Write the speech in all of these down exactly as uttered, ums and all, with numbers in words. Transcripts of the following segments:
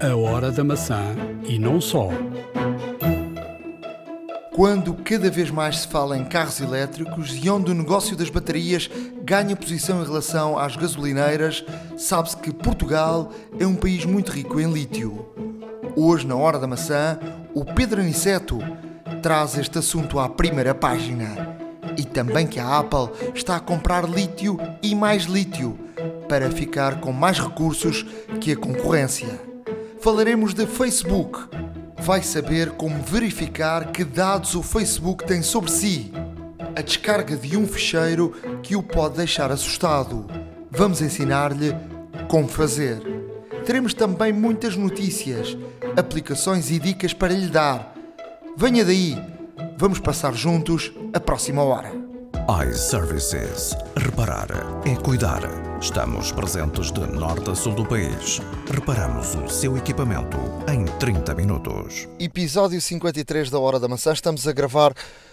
A Hora da Maçã e não só. Quando cada vez mais se fala em carros elétricos e onde o negócio das baterias ganha posição em relação às gasolineiras, sabe-se que Portugal é um país muito rico em lítio. Hoje, na Hora da Maçã, o Pedro Aniceto traz este assunto à primeira página. E também que a Apple está a comprar lítio e mais lítio para ficar com mais recursos que a concorrência. Falaremos de Facebook. Vai saber como verificar que dados o Facebook tem sobre si. A descarga de um ficheiro que o pode deixar assustado. Vamos ensinar-lhe como fazer. Teremos também muitas notícias, aplicações e dicas para lhe dar. Venha daí, vamos passar juntos a próxima hora. iServices. Reparar é cuidar. Estamos presentes de norte a sul do país. Reparamos o seu equipamento em trinta minutos. Episódio cinquenta e três da Hora da Maçã. Estamos a gravar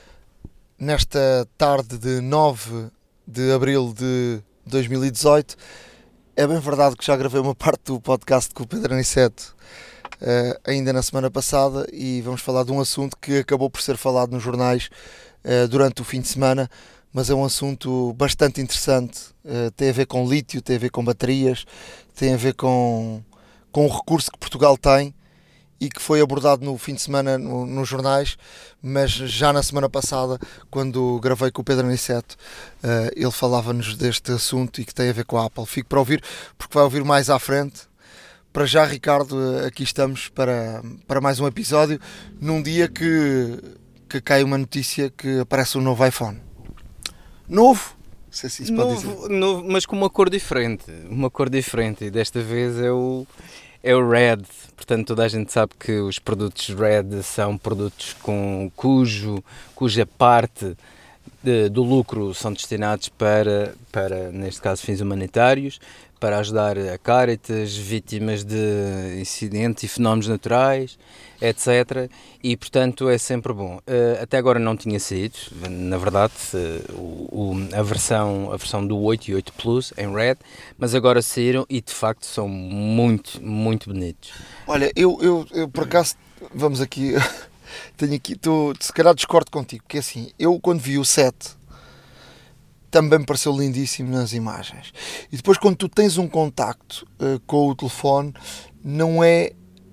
nesta tarde de nove de abril de dois mil e dezoito. É bem verdade que já gravei uma parte do podcast com o Pedro Aniceto uh, ainda na semana passada e vamos falar de um assunto que acabou por ser falado nos jornais uh, durante o fim de semana, mas é um assunto bastante interessante. Uh, tem a ver com lítio, tem a ver com baterias, tem a ver com, com o recurso que Portugal tem e que foi abordado no fim de semana no, nos jornais, mas já na semana passada, quando gravei com o Pedro Aniceto, uh, ele falava-nos deste assunto e que tem a ver com a Apple. Fico para ouvir, porque vai ouvir mais à frente. Para já, Ricardo, aqui estamos para, para mais um episódio, num dia que, que cai uma notícia que aparece um novo iPhone. Novo? Não sei se isso novo, pode dizer. Novo, mas com uma cor diferente. Uma cor diferente. E desta vez é o, é o Red. Portanto, toda a gente sabe que os produtos Red são produtos com, cujo, cuja parte de, do lucro são destinados para, para, neste caso, fins humanitários, para ajudar a Caritas, vítimas de incidentes e fenómenos naturais, etcétera. E, portanto, é sempre bom. Uh, até agora não tinha saído, na verdade, uh, o, o, a, versão, a versão do oito e oito Plus em Red, mas agora saíram e, de facto, são muito, muito bonitos. Olha, eu, eu, eu por acaso, vamos aqui, tenho aqui, tô, se calhar discordo contigo, porque assim, eu quando vi o sete, também me pareceu lindíssimo nas imagens. E depois quando tu tens um contacto uh, com o telefone, não é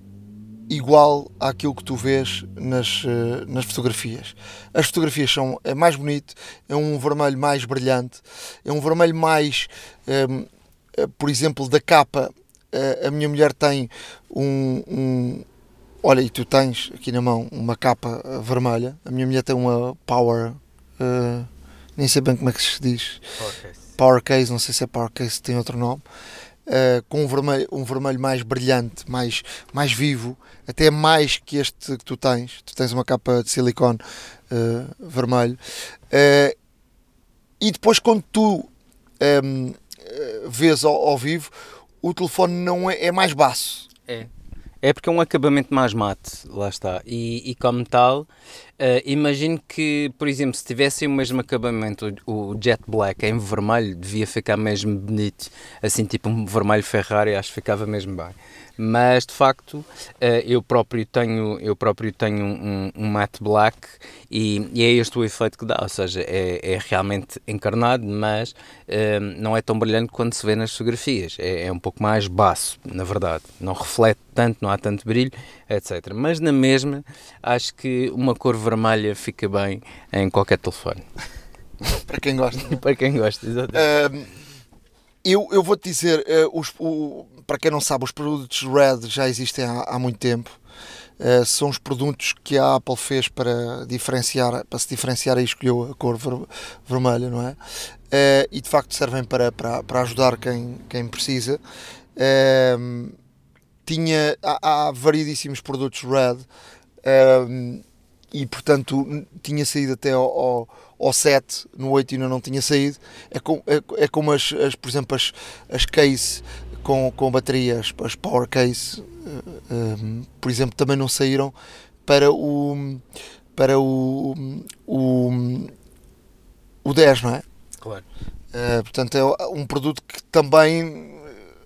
igual àquilo que tu vês nas, uh, nas fotografias. As fotografias são, é mais bonito, é um vermelho mais brilhante, é um vermelho mais, um, uh, por exemplo, da capa, uh, a minha mulher tem um, um... Olha, e tu tens aqui na mão uma capa uh, vermelha, a minha mulher tem uma Power... Uh, nem sei bem como é que se diz, Power Case, Power Case, não sei se é Power Case, tem outro nome, uh, com um vermelho, um vermelho mais brilhante, mais, mais vivo, até mais que este que tu tens. Tu tens uma capa de silicone uh, vermelho. Uh, e depois quando tu um, vês ao, ao vivo, o telefone não é, é mais baço. É. É porque é um acabamento mais mate, lá está. E, e como tal, uh, imagino que, por exemplo, se tivesse o mesmo acabamento, o, o Jet Black em vermelho, devia ficar mesmo bonito. Assim, tipo um vermelho Ferrari, acho que ficava mesmo bem. Mas, de facto, uh, eu próprio tenho, eu próprio tenho um, um matte black e, e é este o efeito que dá. Ou seja, é, é realmente encarnado, mas uh, não é tão brilhante quanto se vê nas fotografias. É, é um pouco mais baço, na verdade. Não reflete tanto, não há tanto brilho, etcétera. Mas na mesma, acho que uma cor vermelha fica bem em qualquer telefone. Para quem gosta. Para quem gosta, exatamente. Uh, eu, eu vou-te dizer, uh, os, o, para quem não sabe, os produtos Red já existem há, há muito tempo. Uh, são os produtos que a Apple fez para, diferenciar, para se diferenciar e escolheu a cor ver, vermelha, não é? Uh, e de facto servem para, para, para ajudar quem, quem precisa. Uh, tinha, há, há variedíssimos produtos Red uh, e portanto tinha saído até ao, ao, ao sete, no oito ainda não tinha saído. É, com, é, é como as, as, por exemplo, as, as case com, com baterias, as Power Case, uh, um, por exemplo, também não saíram para o para o, o, o dez, não é? Claro. Uh, portanto, é um produto que também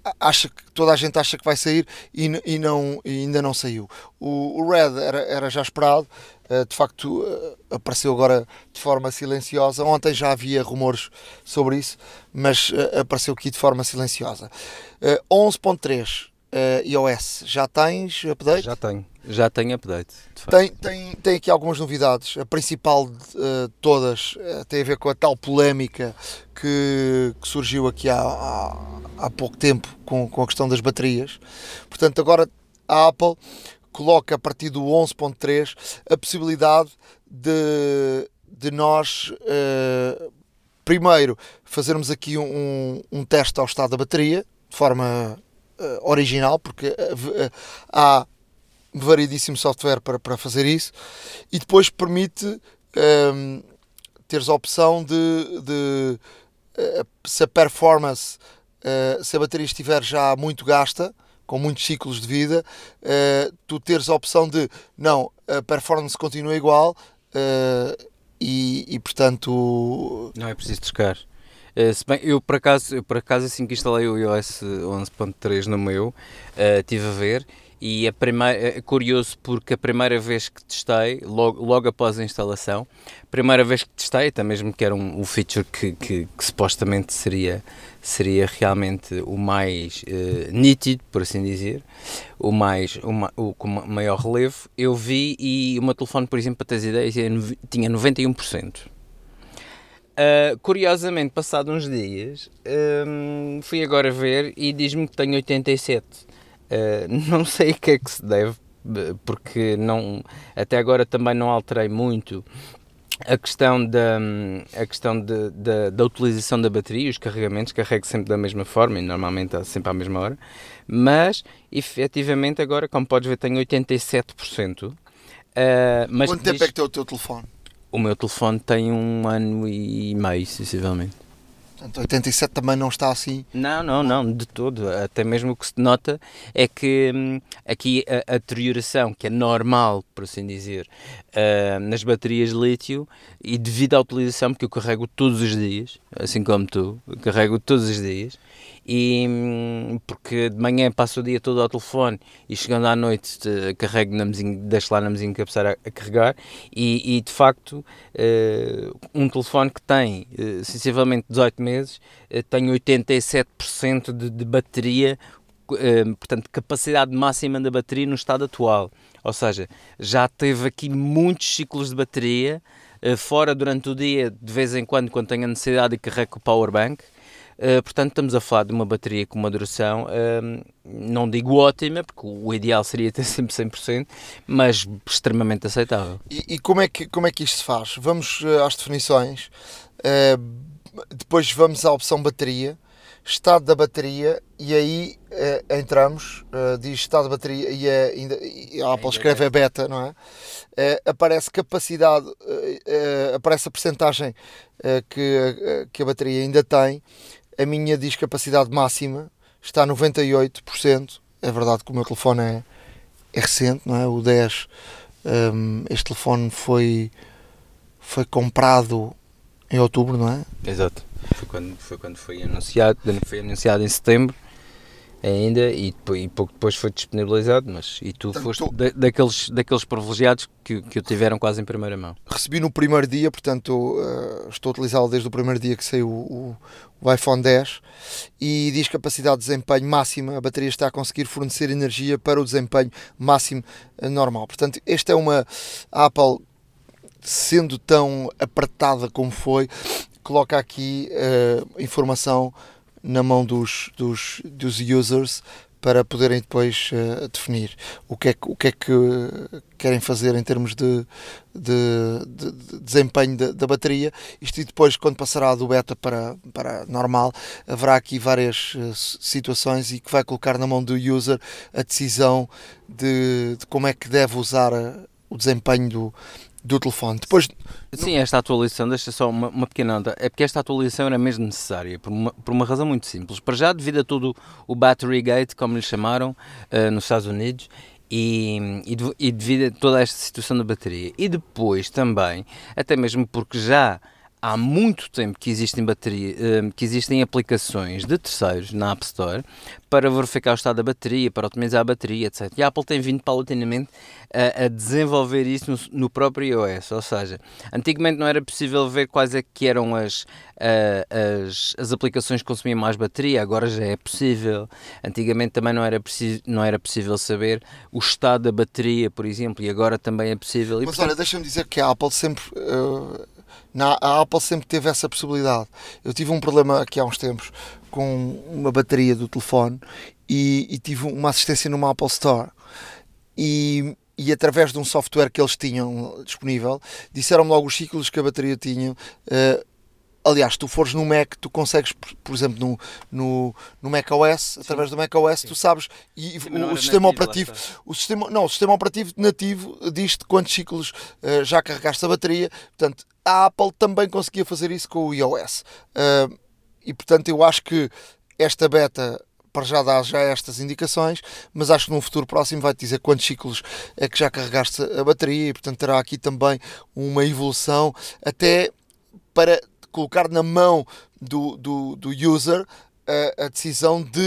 acha que, toda a gente acha que vai sair e, e, não, e ainda não saiu. O, o Red era, era já esperado, uh, de facto uh, apareceu agora de forma silenciosa. Ontem já havia rumores sobre isso, mas uh, apareceu aqui de forma silenciosa. Uh, onze ponto três uh, iOS, já tens update? Já tenho, já tenho update. Tem, tem, tem aqui algumas novidades. A principal de uh, todas uh, tem a ver com a tal polémica que, que surgiu aqui há, há, há pouco tempo com, com a questão das baterias. Portanto, agora a Apple coloca a partir do onze ponto três a possibilidade de, de nós uh, primeiro fazermos aqui um, um teste ao estado da bateria de forma uh, original, porque uh, uh, há variedíssimo software para, para fazer isso, e depois permite um, teres a opção de, de uh, se a performance, uh, se a bateria estiver já muito gasta, com muitos ciclos de vida, uh, tu teres a opção de não, a performance continua igual uh, e, e portanto não é preciso trocar. Uh, se bem, eu por acaso, eu por acaso assim que instalei o iOS onze ponto três no meu, uh, estive a ver. E a primeira, é curioso porque a primeira vez que testei, logo, logo após a instalação, a primeira vez que testei, até mesmo que era um, um feature que, que, que supostamente seria, seria realmente o mais uh, nítido, por assim dizer, o, mais, o, o com maior relevo, eu vi e o meu telefone, por exemplo, para teres ideias, tinha noventa e um por cento. Uh, curiosamente, passado uns dias, um, fui agora ver e diz-me que tenho oitenta e sete por cento. Uh, não sei o que é que se deve, porque não, até agora também não alterei muito a questão da, a questão de, de, da utilização da bateria, os carregamentos, carrego sempre da mesma forma e normalmente sempre à mesma hora, mas efetivamente agora, como podes ver, tenho oitenta e sete por cento. Uh, mas quanto tempo diz, é que tem o teu telefone? O meu telefone tem um ano e meio, sensivelmente. Portanto, oitenta e sete também não está assim? Não, não, não, de todo. Até mesmo o que se nota é que hum, aqui a, a deterioração, que é normal, por assim dizer, uh, nas baterias de lítio, e devido à utilização, porque eu carrego todos os dias, assim como tu, carrego todos os dias, e hum, porque de manhã passo o dia todo ao telefone e chegando à noite te, carrego na mesinha, deixo lá na mesinha de cabeceira a, a carregar, e, e de facto uh, um telefone que tem uh, sensivelmente dezoito meses, uh, tem oitenta e sete por cento de, de bateria, uh, portanto capacidade máxima da bateria no estado atual, ou seja, já teve aqui muitos ciclos de bateria, uh, fora durante o dia, de vez em quando, quando tenho a necessidade, e carrego o powerbank. Uh, portanto, estamos a falar de uma bateria com uma duração, uh, não digo ótima, porque o ideal seria ter sempre cem por cento, mas extremamente aceitável. E, e como, é que, como é que isto se faz? Vamos uh, às definições, uh, depois vamos à opção bateria, estado da bateria, e aí uh, entramos, uh, diz estado da bateria, e, é, ainda, e a Apple escreve é beta, não é? Uh, aparece capacidade, uh, uh, aparece a percentagem uh, que, uh, que a bateria ainda tem. A minha diz capacidade máxima, está a noventa e oito por cento. É verdade que o meu telefone é, é recente, não é? O dez, um, este telefone foi, foi comprado em outubro, não é? Exato. Foi quando foi, quando foi anunciado, foi anunciado em setembro ainda, e, depois, e pouco depois foi disponibilizado, mas e tu portanto, foste tô... da, daqueles, daqueles privilegiados que, que o tiveram quase em primeira mão. Recebi no primeiro dia, portanto uh, estou a utilizá-lo desde o primeiro dia que saiu o, o iPhone dez, e diz capacidade de desempenho máxima, a bateria está a conseguir fornecer energia para o desempenho máximo uh, normal. Portanto, esta é uma a Apple, sendo tão apertada como foi, coloca aqui uh, informação na mão dos, dos, dos users para poderem depois uh, definir o que, é que, o que é que querem fazer em termos de, de, de, de desempenho da, da bateria. Isto, e depois, quando passará do beta para, para normal, haverá aqui várias uh, situações, e que vai colocar na mão do user a decisão de, de como é que deve usar uh, o desempenho do do telefone. Depois... Sim, esta atualização, deixa só uma, uma pequena nota, é porque esta atualização era mesmo necessária, por uma, por uma razão muito simples. Para já, devido a todo o Battery Gate, como lhe chamaram, uh, nos Estados Unidos, e, e, de, e devido a toda esta situação da bateria. E depois também, até mesmo porque já há muito tempo que existem, bateria, que existem aplicações de terceiros na App Store para verificar o estado da bateria, para otimizar a bateria, etcétera. E a Apple tem vindo paulatinamente a, a desenvolver isso no, no próprio iOS, ou seja, antigamente não era possível ver quais é que eram as, uh, as, as aplicações que consumiam mais bateria, agora já é possível. Antigamente também não era, preciso, não era possível saber o estado da bateria, por exemplo, e agora também é possível. E, Mas portanto... olha, deixa-me dizer que a Apple sempre... Uh... Na, a Apple sempre teve essa possibilidade. Eu tive um problema aqui há uns tempos com uma bateria do telefone e, e tive uma assistência numa Apple Store e, e através de um software que eles tinham disponível, disseram-me logo os ciclos que a bateria tinha. Uh, aliás, se tu fores no Mac, tu consegues, por, por exemplo, no, no, no macOS, sim, através do macOS, sim, tu sabes, e sim, o, o sistema nativo, operativo, o sistema, não, o sistema operativo nativo diz-te quantos ciclos uh, já carregaste a bateria. Portanto, a Apple também conseguia fazer isso com o iOS. Uh, e, portanto, eu acho que esta beta para já dá já estas indicações, mas acho que num futuro próximo vai-te dizer quantos ciclos é que já carregaste a bateria e, portanto, terá aqui também uma evolução até para colocar na mão do, do, do user uh, a decisão de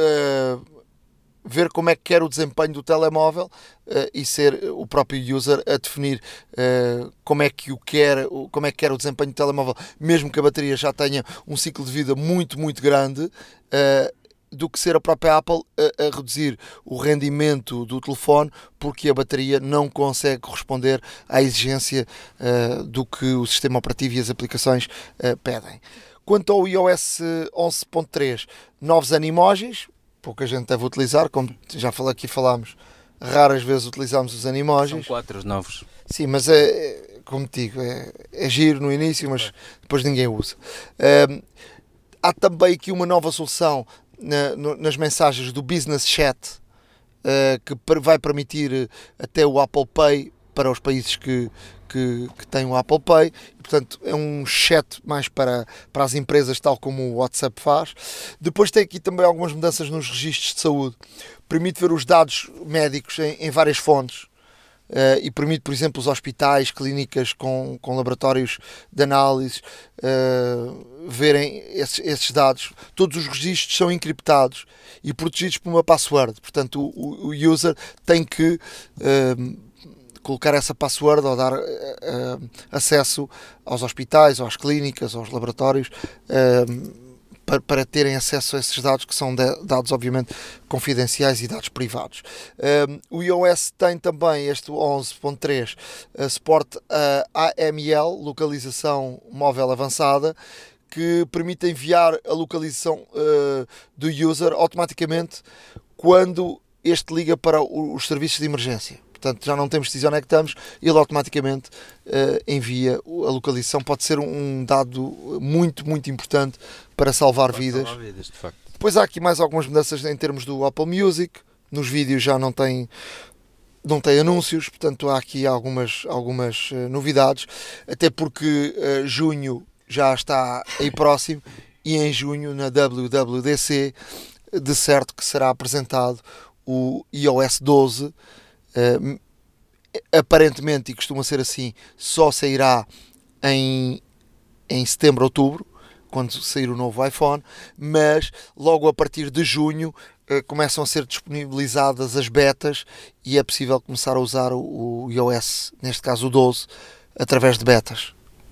uh, ver como é que quer o desempenho do telemóvel uh, e ser o próprio user a definir uh, como é que o quer, como é que quer o desempenho do telemóvel, mesmo que a bateria já tenha um ciclo de vida muito, muito grande, uh, do que ser a própria Apple a, a reduzir o rendimento do telefone porque a bateria não consegue corresponder à exigência uh, do que o sistema operativo e as aplicações uh, pedem. Quanto ao iOS onze ponto três, novos animojis, pouca gente deve utilizar, como já falei aqui, falámos, raras vezes utilizamos os animojis. São quatro os novos. Sim, mas é, é como te digo, é, é giro no início, mas depois ninguém usa. Um, há também aqui uma nova solução na, no, nas mensagens do Business Chat, uh, que vai permitir até o Apple Pay para os países que, que, que têm o Apple Pay. E, portanto, é um chat mais para, para as empresas, tal como o WhatsApp faz. Depois tem aqui também algumas mudanças nos registros de saúde. Permite ver os dados médicos em, em várias fontes. Uh, e permite, por exemplo, os hospitais, clínicas com, com laboratórios de análise uh, verem esses, esses dados. Todos os registros são encriptados e protegidos por uma password. Portanto, o, o user tem que uh, colocar essa password ou dar uh, uh, acesso aos hospitais, às clínicas, aos laboratórios, uh, para, para terem acesso a esses dados, que são de, dados obviamente confidenciais e dados privados. Um, o iOS tem também, este onze ponto três, uh, suporte a A M L, localização móvel avançada, que permite enviar a localização uh, do user automaticamente quando este liga para o, os serviços de emergência. Portanto, já não temos de dizer onde é que estamos, ele automaticamente uh, envia a localização. Pode ser um dado muito, muito importante para salvar Pode vidas. Salvar vidas, de facto. Depois há aqui mais algumas mudanças em termos do Apple Music. Nos vídeos já não tem, não tem anúncios, portanto há aqui algumas, algumas uh, novidades. Até porque uh, junho já está aí próximo e em junho, na W W D C, de certo que será apresentado o iOS doze. Uh, aparentemente, e costuma ser assim, só sairá em, em setembro, outubro, quando sair o novo iPhone, mas logo a partir de junho uh, começam a ser disponibilizadas as betas e é possível começar a usar o, o iOS, neste caso o doze, através de betas.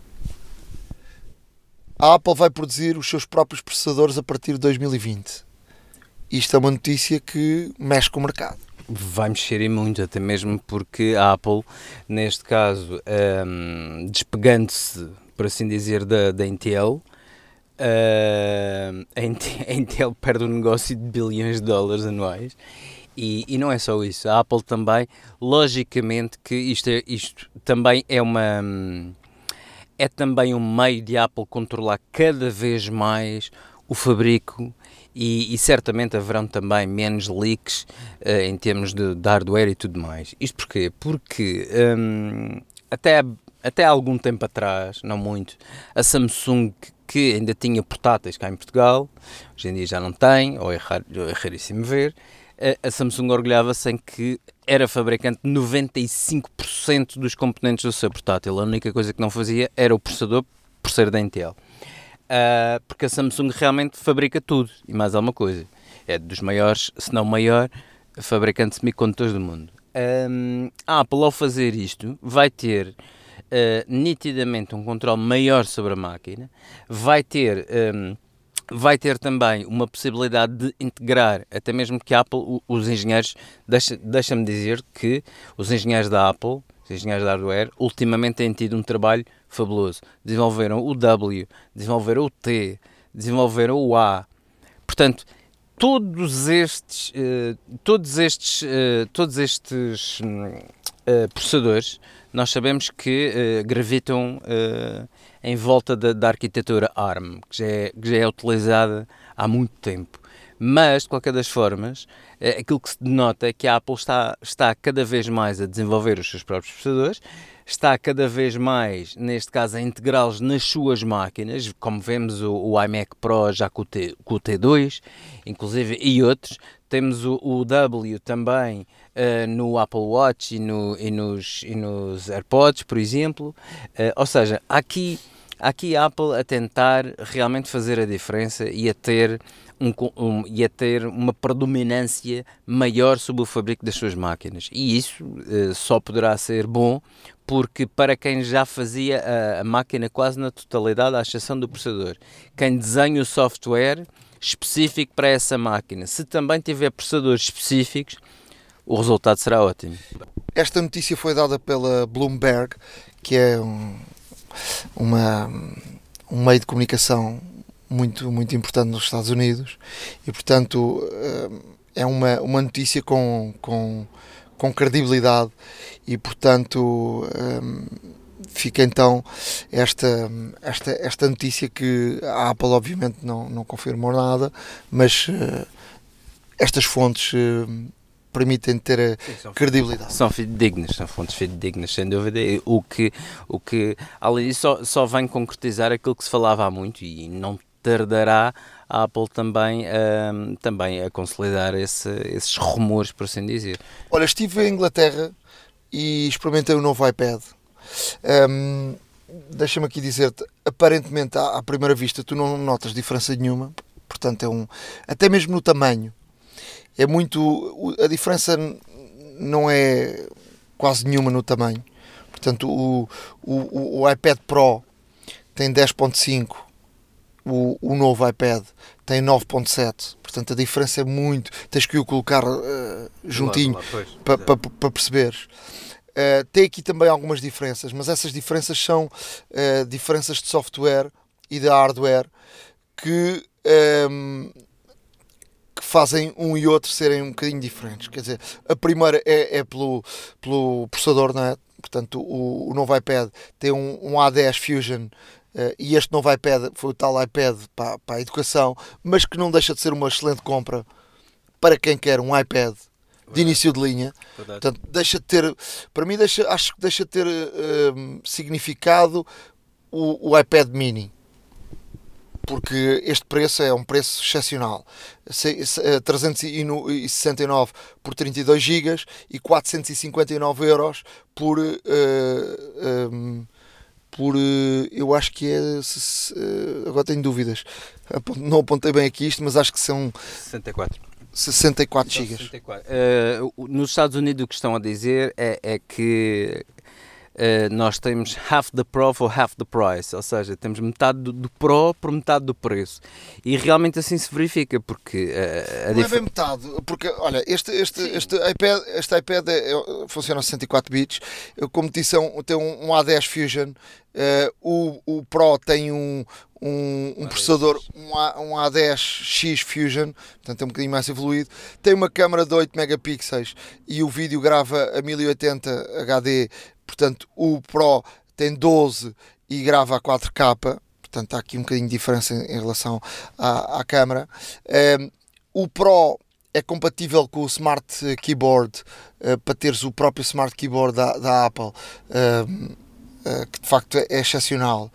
A Apple vai produzir os seus próprios processadores a partir de dois mil e vinte. Isto é uma notícia que mexe com o mercado. Vai mexer em muito, até mesmo porque a Apple, neste caso, um, despegando-se, por assim dizer, da, da Intel, uh, a, Intel, a Intel perde um negócio de bilhões de dólares anuais. E, e não é só isso, a Apple também, logicamente que isto, é, isto também é uma... é também um meio de Apple controlar cada vez mais o fabrico. E, e certamente haverão também menos leaks uh, em termos de, de hardware e tudo mais. Isto porquê? Porque um, até, até há algum tempo atrás, não muito, a Samsung, que ainda tinha portáteis cá em Portugal, hoje em dia já não tem, ou é, rar, é raríssimo ver, a, a Samsung orgulhava-se em que era fabricante de noventa e cinco por cento dos componentes do seu portátil. A única coisa que não fazia era o processador, por ser da Intel. Uh, porque a Samsung realmente fabrica tudo e mais alguma coisa. É dos maiores, se não maior, fabricante de semicondutores do mundo. Um, a Apple, ao fazer isto, vai ter uh, nitidamente um controle maior sobre a máquina, vai ter, um, vai ter também uma possibilidade de integrar, até mesmo que a Apple, os engenheiros, deixa, deixa-me dizer que os engenheiros da Apple, os engenheiros de hardware, ultimamente têm tido um trabalho fabuloso. Desenvolveram o W, desenvolveram o T, desenvolveram o A. Portanto, todos estes, uh, todos estes, uh, todos estes uh, processadores, nós sabemos que uh, gravitam uh, em volta da, da arquitetura ARM, que já, é, que já é utilizada há muito tempo. Mas, de qualquer das formas, aquilo que se denota é que a Apple está, está cada vez mais a desenvolver os seus próprios processadores, está cada vez mais, neste caso, a integrá-los nas suas máquinas, como vemos o, o iMac Pro já com o, T, com o T dois, inclusive, e outros. Temos o, o W também uh, no Apple Watch e, no, e, nos, e nos AirPods, por exemplo. Uh, ou seja, aqui, aqui a Apple a tentar realmente fazer a diferença e a ter... Um, um, e a ter uma predominância maior sobre o fabrico das suas máquinas. E isso uh, só poderá ser bom porque para quem já fazia a, a máquina quase na totalidade, à exceção do processador, quem desenha o software específico para essa máquina, se também tiver processadores específicos, o resultado será ótimo. Esta notícia foi dada pela Bloomberg, que é um, uma, um meio de comunicação muito, muito importante nos Estados Unidos e, portanto, é uma, uma notícia com, com, com credibilidade e, portanto, fica então esta, esta, esta notícia que a Apple obviamente não, não confirmou nada, mas estas fontes permitem ter a Sim, são credibilidade. São fidedignas, são fontes fidedignas, sem dúvida, o que, o que além disso, só, só vem concretizar aquilo que se falava há muito e não tardará a Apple também, um, também a consolidar esse, esses rumores, por assim dizer. Olha, estive em Inglaterra e experimentei o novo iPad. Um, deixa-me aqui dizer-te, aparentemente à, à primeira vista tu não notas diferença nenhuma, portanto é um, até mesmo no tamanho, é muito, a diferença não é quase nenhuma no tamanho, portanto o, o, o iPad Pro tem dez ponto cinco, O, o novo iPad tem nove ponto sete, portanto a diferença é muito, tens que o colocar uh, juntinho para pa, pa perceberes. Uh, tem aqui também algumas diferenças, mas essas diferenças são uh, diferenças de software e de hardware que, um, que fazem um e outro serem um bocadinho diferentes. Quer dizer, a primeira é, é pelo, pelo processador, não é? Portanto, o, o novo iPad tem um, um A dez Fusion. Uh, e este novo iPad foi o tal iPad para, para a educação, mas que não deixa de ser uma excelente compra para quem quer um iPad de início de linha. Verdade. Portanto, deixa de ter, para mim, deixa, acho que deixa de ter uh, significado o, o iPad mini, porque este preço é um preço excepcional. trezentos e sessenta e nove por trinta e dois gigas e quatrocentos e cinquenta e nove euros por... Uh, um, por, eu acho que é, agora tenho dúvidas, não apontei bem aqui isto, mas acho que são sessenta e quatro sessenta e quatro gigas. sessenta e quatro. Uh, nos Estados Unidos o que estão a dizer é, é que uh, nós temos half the Pro for half the price, ou seja, temos metade do, do Pro por metade do preço, e realmente assim se verifica, porque uh, a não dif... é bem metade, porque olha, este, este, este iPad, este iPad é, é, funciona a sessenta e quatro bits, eu, como disse, tem um, um A dez Fusion. Uh, o, o Pro tem um, um, um processador, um, A, um A dez X Fusion, portanto é um bocadinho mais evoluído, tem uma câmera de oito megapixels e o vídeo grava a mil e oitenta H D, portanto o Pro tem doze e grava a quatro K, portanto há aqui um bocadinho de diferença em, em relação à, à câmera. Um, o Pro é compatível com o Smart Keyboard, uh, para teres o próprio Smart Keyboard da, da Apple, um, que de facto é excepcional,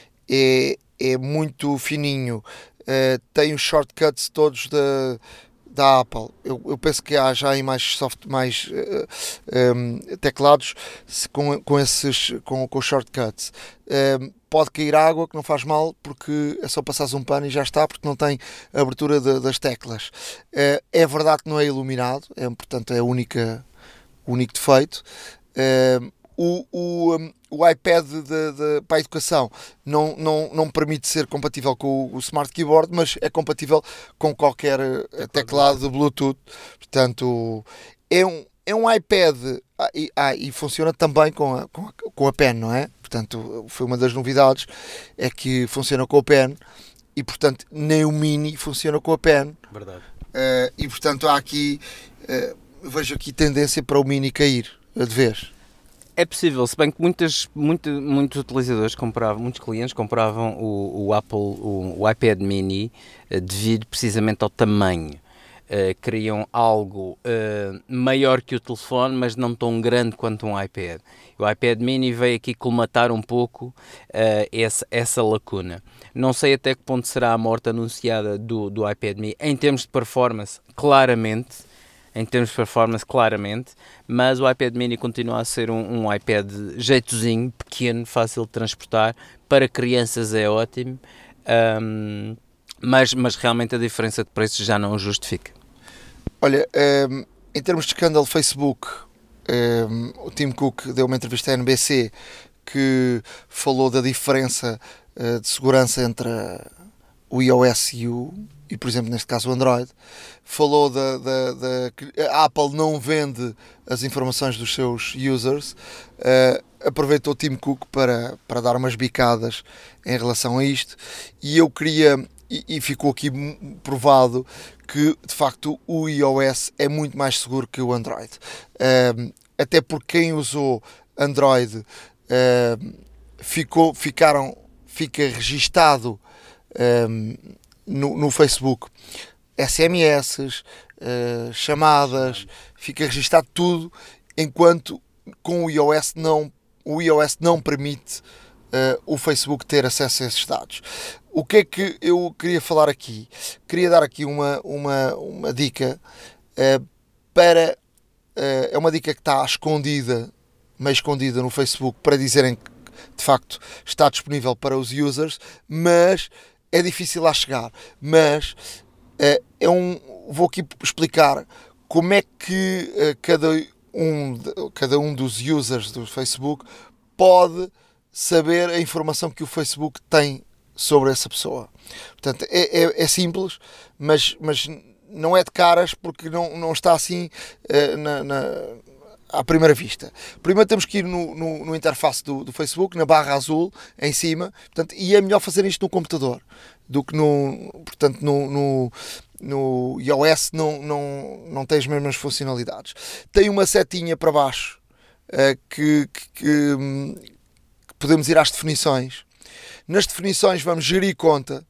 é, é muito fininho, tem os shortcuts todos da, da Apple, eu, eu penso que há já aí mais, soft, mais uh, um, teclados com, com esses com, com shortcuts. Um, pode cair água, que não faz mal, porque é só passares um pano e já está, porque não tem abertura de, das teclas. Uh, é verdade que não é iluminado, é, portanto é a única, o único defeito. Uh, o, o, um, o iPad de, de, para a educação não, não, não permite ser compatível com o, o Smart Keyboard, mas é compatível com qualquer teclado de Bluetooth. Portanto, é um, é um iPad ah, e, ah, e funciona também com a, com, a, com a pen, não é? Portanto, foi uma das novidades, é que funciona com a pen e, portanto, nem o Mini funciona com a pen. Verdade. Uh, e, portanto, há aqui, uh, vejo aqui tendência para o Mini cair de vez. É possível, se bem que muitas, muito, muitos utilizadores compravam, muitos clientes compravam o, o Apple, o, o iPad Mini uh, devido precisamente ao tamanho. Uh, queriam algo uh, maior que o telefone, mas não tão grande quanto um iPad. O iPad Mini veio aqui colmatar um pouco uh, essa, essa lacuna. Não sei até que ponto será a morte anunciada do, do iPad Mini. Em termos de performance, claramente, em termos de performance, claramente, mas o iPad Mini continua a ser um, um iPad jeitozinho, pequeno, fácil de transportar. Para crianças é ótimo, um, mas, mas realmente a diferença de preços já não o justifica. Olha, um, em termos de escândalo Facebook, um, o Tim Cook deu uma entrevista à N B C que falou da diferença uh, de segurança entre a, o iOS e o e, por exemplo, neste caso o Android. Falou da, da, da que a Apple não vende as informações dos seus users. Uh, aproveitou o Tim Cook para, para dar umas bicadas em relação a isto, e eu queria, e, e ficou aqui provado que de facto o iOS é muito mais seguro que o Android. Uh, até porque quem usou Android uh, ficou, ficaram, fica registado um, No, no Facebook, S M S, uh, chamadas, fica registado tudo, enquanto com o iOS não, o iOS não permite uh, o Facebook ter acesso a esses dados. O que é que eu queria falar aqui? Queria dar aqui uma, uma, uma dica uh, para... Uh, é uma dica que está escondida, meio escondida no Facebook, para dizerem que de facto está disponível para os users, mas é difícil lá chegar. Mas uh, é um, vou aqui explicar como é que uh, cada, um, cada um dos users do Facebook pode saber a informação que o Facebook tem sobre essa pessoa. Portanto, é, é, é simples, mas, mas não é de caras, porque não, não está assim uh, na, na, à primeira vista. Primeiro temos que ir no, no, no interface do, do Facebook, na barra azul, em cima, portanto, e é melhor fazer isto no computador do que no, portanto, no, no, no iOS não, não, não tem as mesmas funcionalidades. Tem uma setinha para baixo uh, que, que, que, que podemos ir às definições. Nas definições vamos gerir conta.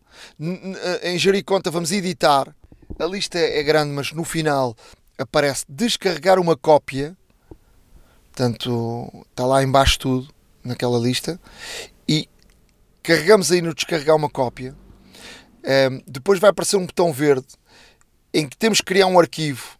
Em gerir conta vamos editar. A lista é grande, mas no final aparece descarregar uma cópia. Portanto, está lá em baixo tudo, naquela lista. E carregamos aí no descarregar uma cópia. Um, depois vai aparecer um botão verde em que temos que criar um arquivo.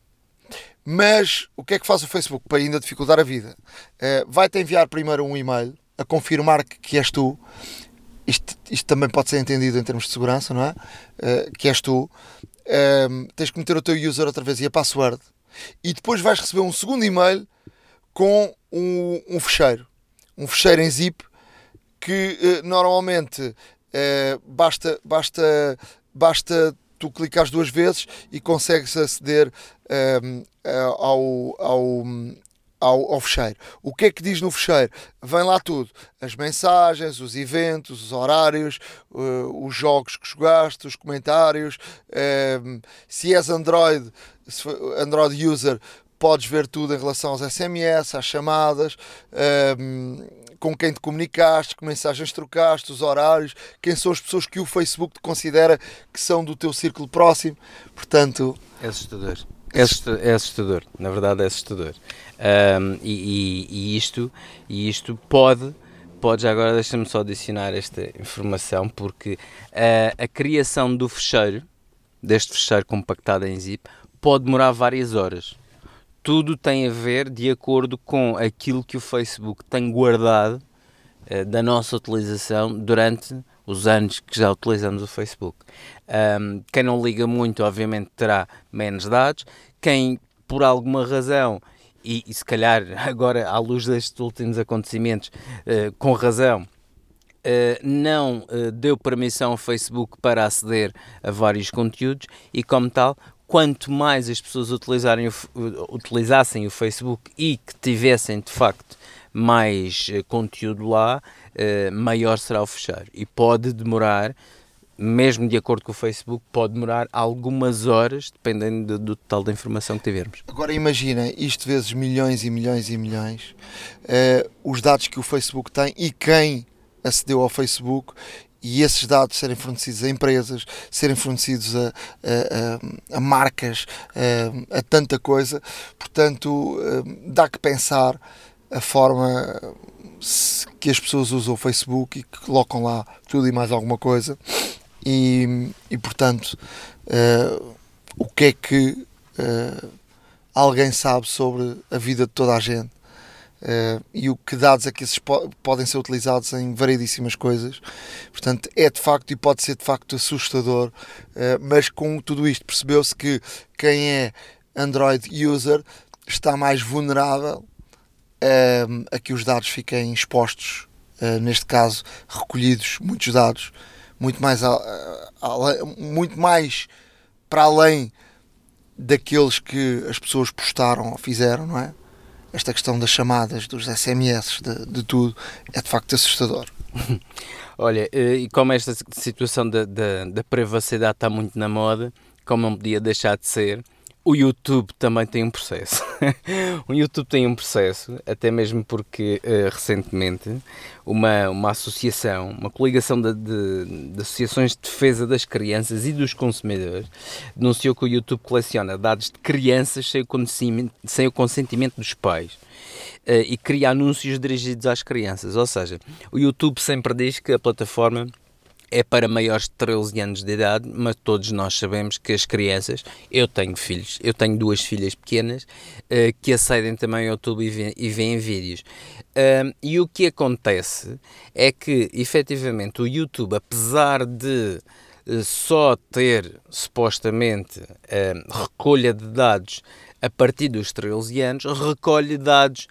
Mas o que é que faz o Facebook para ainda dificultar a vida? Uh, vai-te enviar primeiro um e-mail a confirmar que, que és tu. Isto, isto também pode ser entendido em termos de segurança, não é? Uh, que és tu. Um, tens que meter o teu user outra vez e a password. E depois vais receber um segundo e-mail com um, um fecheiro. Um fecheiro em zip que uh, normalmente uh, basta, basta, basta tu clicares duas vezes e consegues aceder um, ao, ao, ao, ao fecheiro. O que é que diz no fecheiro? Vem lá tudo. As mensagens, os eventos, os horários, uh, os jogos que jogaste, os comentários. Um, se és Android, se for Android user, podes ver tudo em relação aos S M S, às chamadas, um, com quem te comunicaste, que mensagens trocaste, os horários, quem são as pessoas que o Facebook te considera que são do teu círculo próximo. Portanto... É assustador. É assustador, é assustador. Na verdade é assustador. Um, e, e, e, isto, e isto pode... Pode, já agora deixa-me só adicionar esta informação, porque uh, a criação do fecheiro, deste fecheiro compactado em zip, pode demorar várias horas. Tudo tem a ver de acordo com aquilo que o Facebook tem guardado uh, da nossa utilização durante os anos que já utilizamos o Facebook. Um, quem não liga muito, obviamente, terá menos dados. Quem, por alguma razão, e, e se calhar agora à luz destes últimos acontecimentos, uh, com razão, uh, não uh, deu permissão ao Facebook para aceder a vários conteúdos e, como tal, quanto mais as pessoas utilizarem o, utilizassem o Facebook e que tivessem, de facto, mais uh, conteúdo lá, uh, maior será o fecheiro. E pode demorar, mesmo de acordo com o Facebook, pode demorar algumas horas, dependendo do, do total da informação que tivermos. Agora imagina, isto vezes milhões e milhões e milhões, uh, os dados que o Facebook tem e quem acedeu ao Facebook, e esses dados serem fornecidos a empresas, serem fornecidos a, a, a, a marcas, a, a tanta coisa. Portanto, dá que pensar a forma que as pessoas usam o Facebook e que colocam lá tudo e mais alguma coisa. E, e portanto, uh, o que é que uh, alguém sabe sobre a vida de toda a gente? Uh, e o que dados é que esses po- podem ser utilizados em variedíssimas coisas. Portanto, é de facto e pode ser de facto assustador, uh, mas com tudo isto percebeu-se que quem é Android user está mais vulnerável uh, a que os dados fiquem expostos, uh, neste caso recolhidos, muitos dados, muito mais, a, a, a, muito mais para além daqueles que as pessoas postaram ou fizeram, não é? Esta questão das chamadas, dos S M S, de, de tudo, é de facto assustador. Olha, e como esta situação da, da, da privacidade está muito na moda, como não podia deixar de ser, o YouTube também tem um processo. O YouTube tem um processo, até mesmo porque uh, recentemente uma, uma associação, uma coligação de, de, de associações de defesa das crianças e dos consumidores denunciou que o YouTube coleciona dados de crianças sem o consentimento, sem o consentimento dos pais uh, e cria anúncios dirigidos às crianças. Ou seja, o YouTube sempre diz que a plataforma é para maiores de treze anos de idade, mas todos nós sabemos que as crianças, eu tenho filhos, eu tenho duas filhas pequenas, uh, que acedem também ao YouTube e veem, e veem vídeos. Uh, e o que acontece é que, efetivamente, o YouTube, apesar de uh, só ter, supostamente, uh, recolha de dados a partir dos treze anos, recolhe dados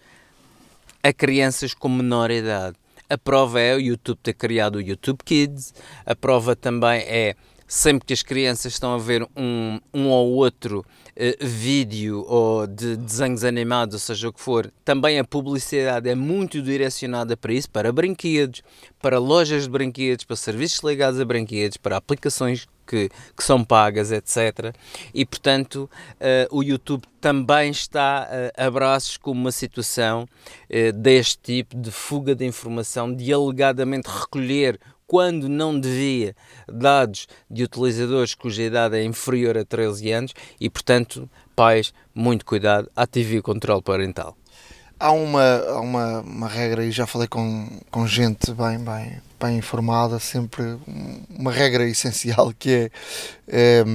a crianças com menor idade. A prova é o YouTube ter criado o YouTube Kids, a prova também é, sempre que as crianças estão a ver um, um ou outro uh, vídeo ou de desenhos animados, ou seja o que for, também a publicidade é muito direcionada para isso, para brinquedos, para lojas de brinquedos, para serviços ligados a brinquedos, para aplicações que, que são pagas, etcétera. E, portanto, uh, o YouTube também está uh, a braços com uma situação uh, deste tipo de fuga de informação, de alegadamente recolher, quando não devia, dados de utilizadores cuja idade é inferior a treze anos e, portanto, pais, muito cuidado, ative o controle parental. Há uma, há uma, uma regra, e já falei com, com gente bem, bem, bem informada, sempre uma regra essencial que é, é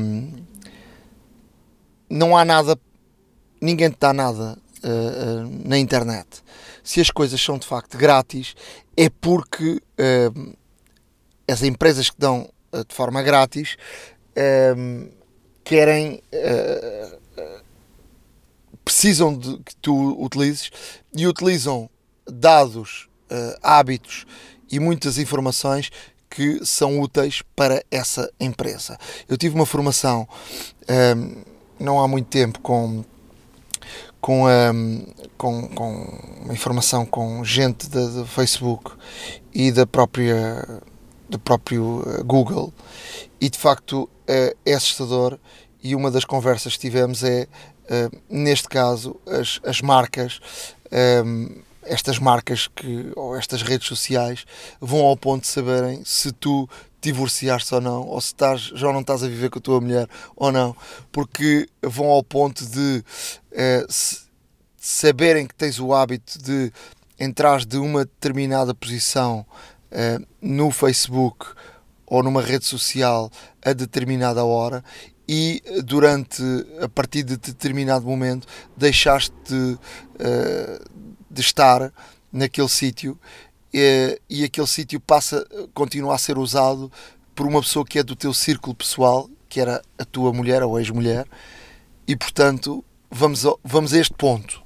não há nada, ninguém te dá nada uh, uh, na internet. Se as coisas são de facto grátis, é porque uh, as empresas que dão uh, de forma grátis uh, querem... Uh, precisam de que tu utilizes e utilizam dados, uh, hábitos e muitas informações que são úteis para essa empresa. Eu tive uma formação um, não há muito tempo com, com, um, com, com uma informação com gente do Facebook e da própria, do próprio Google, e de facto uh, é assustador. E uma das conversas que tivemos é, uh, neste caso, as, as marcas, um, estas marcas que, ou estas redes sociais vão ao ponto de saberem se tu divorciaste ou não, ou se estás, já não estás a viver com a tua mulher ou não, porque vão ao ponto de uh, se, saberem que tens o hábito de entrar de uma determinada posição uh, no Facebook ou numa rede social a determinada hora, e durante, a partir de determinado momento, deixaste de, uh, de estar naquele sítio e, e aquele sítio passa, continua a ser usado por uma pessoa que é do teu círculo pessoal, que era a tua mulher ou ex-mulher, e portanto vamos a, vamos a este ponto.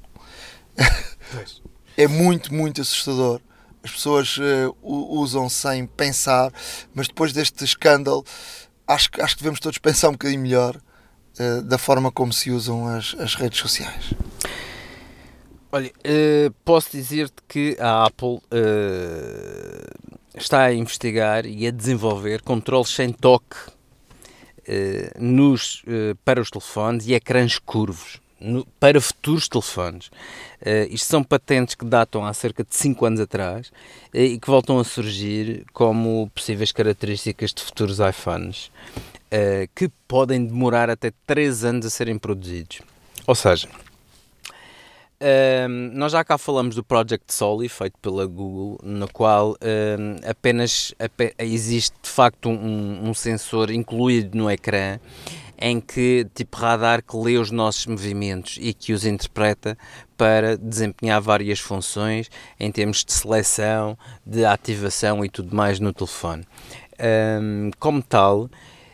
É muito, muito assustador. As pessoas uh, usam sem pensar, mas depois deste escândalo acho, acho que devemos todos pensar um bocadinho melhor uh, da forma como se usam as, as redes sociais. Olha, uh, posso dizer-te que a Apple uh, está a investigar e a desenvolver controles sem toque uh, nos, uh, para os telefones e ecrãs curvos no, para futuros telefones. Uh, isto são patentes que datam há cerca de cinco anos atrás uh, e que voltam a surgir como possíveis características de futuros iPhones, uh, que podem demorar até três anos a serem produzidos. Ou seja, Um, nós já cá falamos do Project Soli, feito pela Google, no qual um, apenas ap- existe de facto um, um sensor incluído no ecrã, em que, tipo radar, que lê os nossos movimentos e que os interpreta para desempenhar várias funções em termos de seleção, de ativação e tudo mais no telefone. Um, como tal,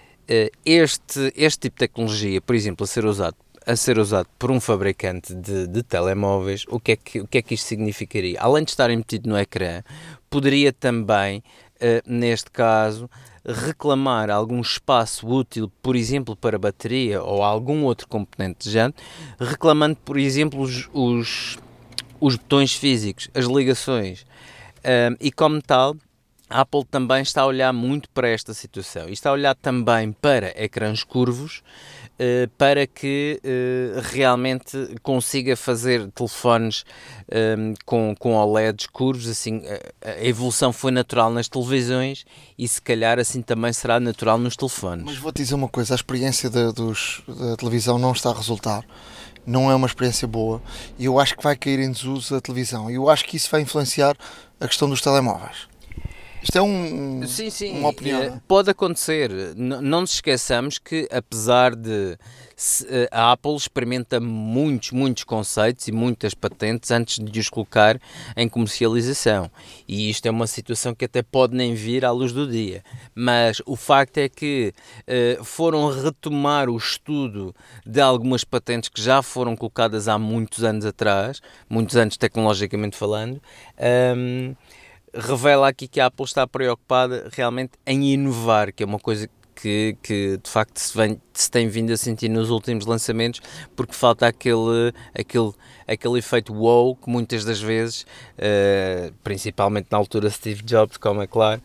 este, este tipo de tecnologia, por exemplo, a ser usado a ser usado por um fabricante de, de telemóveis, o que, é que, o que é que isto significaria? Além de estar embutido no ecrã, poderia também, uh, neste caso, reclamar algum espaço útil, por exemplo, para bateria ou algum outro componente desejante, reclamando, por exemplo, os, os, os botões físicos, as ligações. Um, e como tal, a Apple também está a olhar muito para esta situação e está a olhar também para ecrãs curvos, Uh, para que uh, realmente consiga fazer telefones um, com, com O L E Ds curvos. Assim, a, a evolução foi natural nas televisões e se calhar assim também será natural nos telefones. Mas vou-te dizer uma coisa, a experiência da, dos, da televisão não está a resultar, não é uma experiência boa e eu acho que vai cair em desuso a televisão e eu acho que isso vai influenciar a questão dos telemóveis. Isto é um, sim, sim, uma opinião. Pode acontecer. N- não nos esqueçamos que, apesar de se, a Apple experimenta muitos, muitos conceitos e muitas patentes antes de os colocar em comercialização. E isto é uma situação que até pode nem vir à luz do dia. Mas o facto é que uh, foram retomar o estudo de algumas patentes que já foram colocadas há muitos anos atrás, muitos anos tecnologicamente falando, um, revela aqui que a Apple está preocupada realmente em inovar, que é uma coisa que, que de facto se, vem, se tem vindo a sentir nos últimos lançamentos, porque falta aquele, aquele, aquele efeito wow que muitas das vezes, uh, principalmente na altura Steve Jobs, como é claro,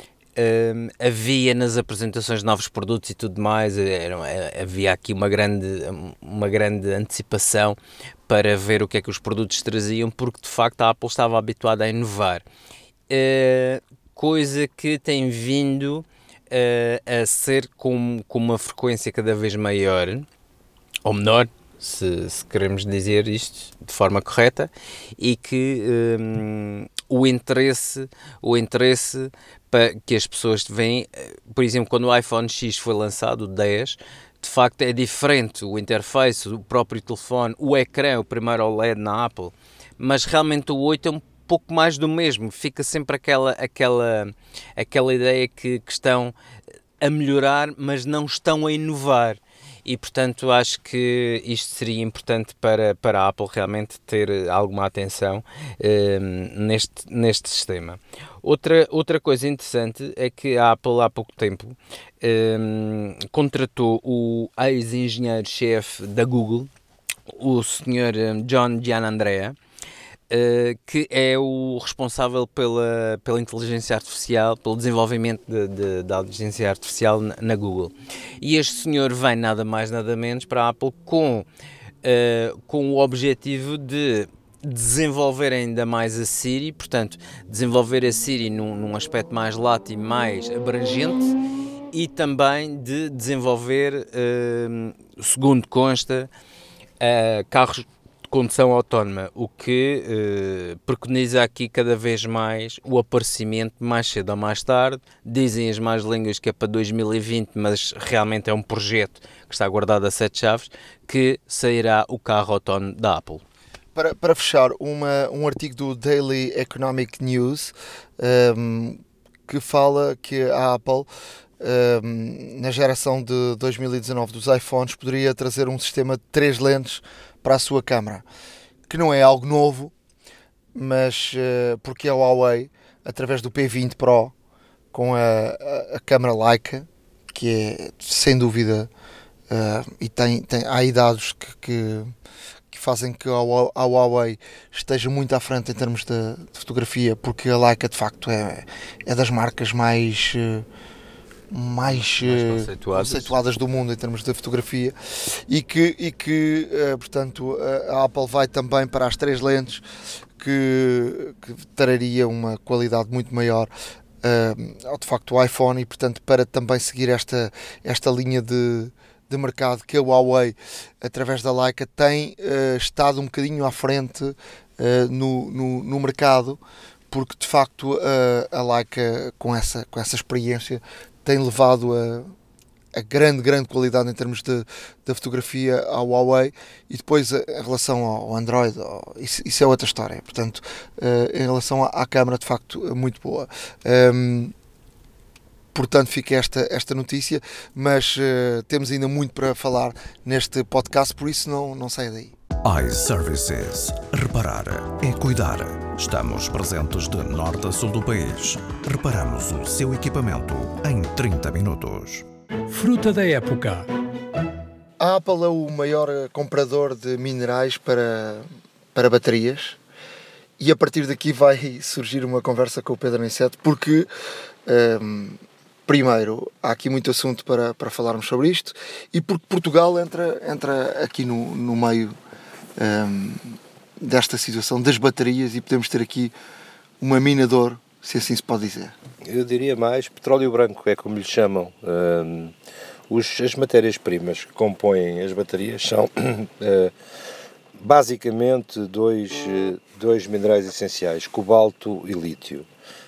uh, havia nas apresentações de novos produtos e tudo mais. Era, havia aqui uma grande, uma grande antecipação para ver o que é que os produtos traziam, porque de facto a Apple estava habituada a inovar. Uh, coisa que tem vindo uh, a ser com, com uma frequência cada vez maior, ou menor, se, se queremos dizer isto de forma correta, e que um, o interesse, o interesse para que as pessoas veem, por exemplo, quando o iPhone X foi lançado, o dez, de facto é diferente o interface, o próprio telefone, o ecrã, o primeiro O L E D na Apple, mas realmente o oito é um pouco mais do mesmo, fica sempre aquela, aquela, aquela ideia que, que estão a melhorar, mas não estão a inovar. E, portanto, acho que isto seria importante para, para a Apple realmente ter alguma atenção um, neste, neste sistema. Outra, outra coisa interessante é que a Apple há pouco tempo um, contratou o ex-engenheiro-chefe da Google, o senhor John Giannandrea, Uh, que é o responsável pela, pela inteligência artificial, pelo desenvolvimento de, de, da inteligência artificial na, na Google. E este senhor vem nada mais nada menos para a Apple com, uh, com o objetivo de desenvolver ainda mais a Siri, portanto, desenvolver a Siri num, num aspecto mais lato e mais abrangente, e também de desenvolver, uh, segundo consta, uh, carros condução autónoma, o que eh, preconiza aqui cada vez mais o aparecimento mais cedo ou mais tarde. Dizem as más línguas que é para dois mil e vinte, mas realmente é um projeto que está guardado a sete chaves, que sairá o carro autónomo da Apple. Para, para fechar, uma, um artigo do Daily Economic News um, que fala que a Apple, um, na geração de dois mil e dezanove dos iPhones, poderia trazer um sistema de três lentes para a sua câmara, que não é algo novo, mas uh, porque a Huawei, através do P vinte Pro, com a, a, a câmara Leica, que é sem dúvida, uh, e tem, tem, há aí dados que... que que fazem que a Huawei esteja muito à frente em termos de, de fotografia, porque a Leica de facto é, é das marcas mais, mais, mais conceituadas. conceituadas do mundo em termos de fotografia, e que, e que portanto, a Apple vai também para as três lentes, que, que traria uma qualidade muito maior ao de facto o iPhone, e portanto para também seguir esta, esta linha de de mercado que a Huawei, através da Leica, tem uh, estado um bocadinho à frente uh, no, no, no mercado, porque de facto uh, a Leica, com essa, com essa experiência, tem levado a, a grande, grande qualidade em termos de, de fotografia à Huawei. E depois, a, em relação ao Android, ao, isso, isso é outra história. Portanto, uh, em relação à, à câmara, de facto, é muito boa. Um, Portanto, fica esta, esta notícia, mas uh, temos ainda muito para falar neste podcast, por isso não, não saia daí. iServices. Reparar é cuidar. Estamos presentes de norte a sul do país. Reparamos o seu equipamento em trinta minutos. Fruta da época. A Apple é o maior comprador de minerais para, para baterias, e a partir daqui vai surgir uma conversa com o Pedro Aniceto, porque... Um, Primeiro, há aqui muito assunto para, para falarmos sobre isto, e porque Portugal entra, entra aqui no, no meio um, desta situação das baterias, e podemos ter aqui uma mina de ouro, se assim se pode dizer. Eu diria mais petróleo branco, é como lhe chamam. Um, os, as matérias-primas que compõem as baterias são uh, basicamente dois, uh, dois minerais essenciais, cobalto e lítio.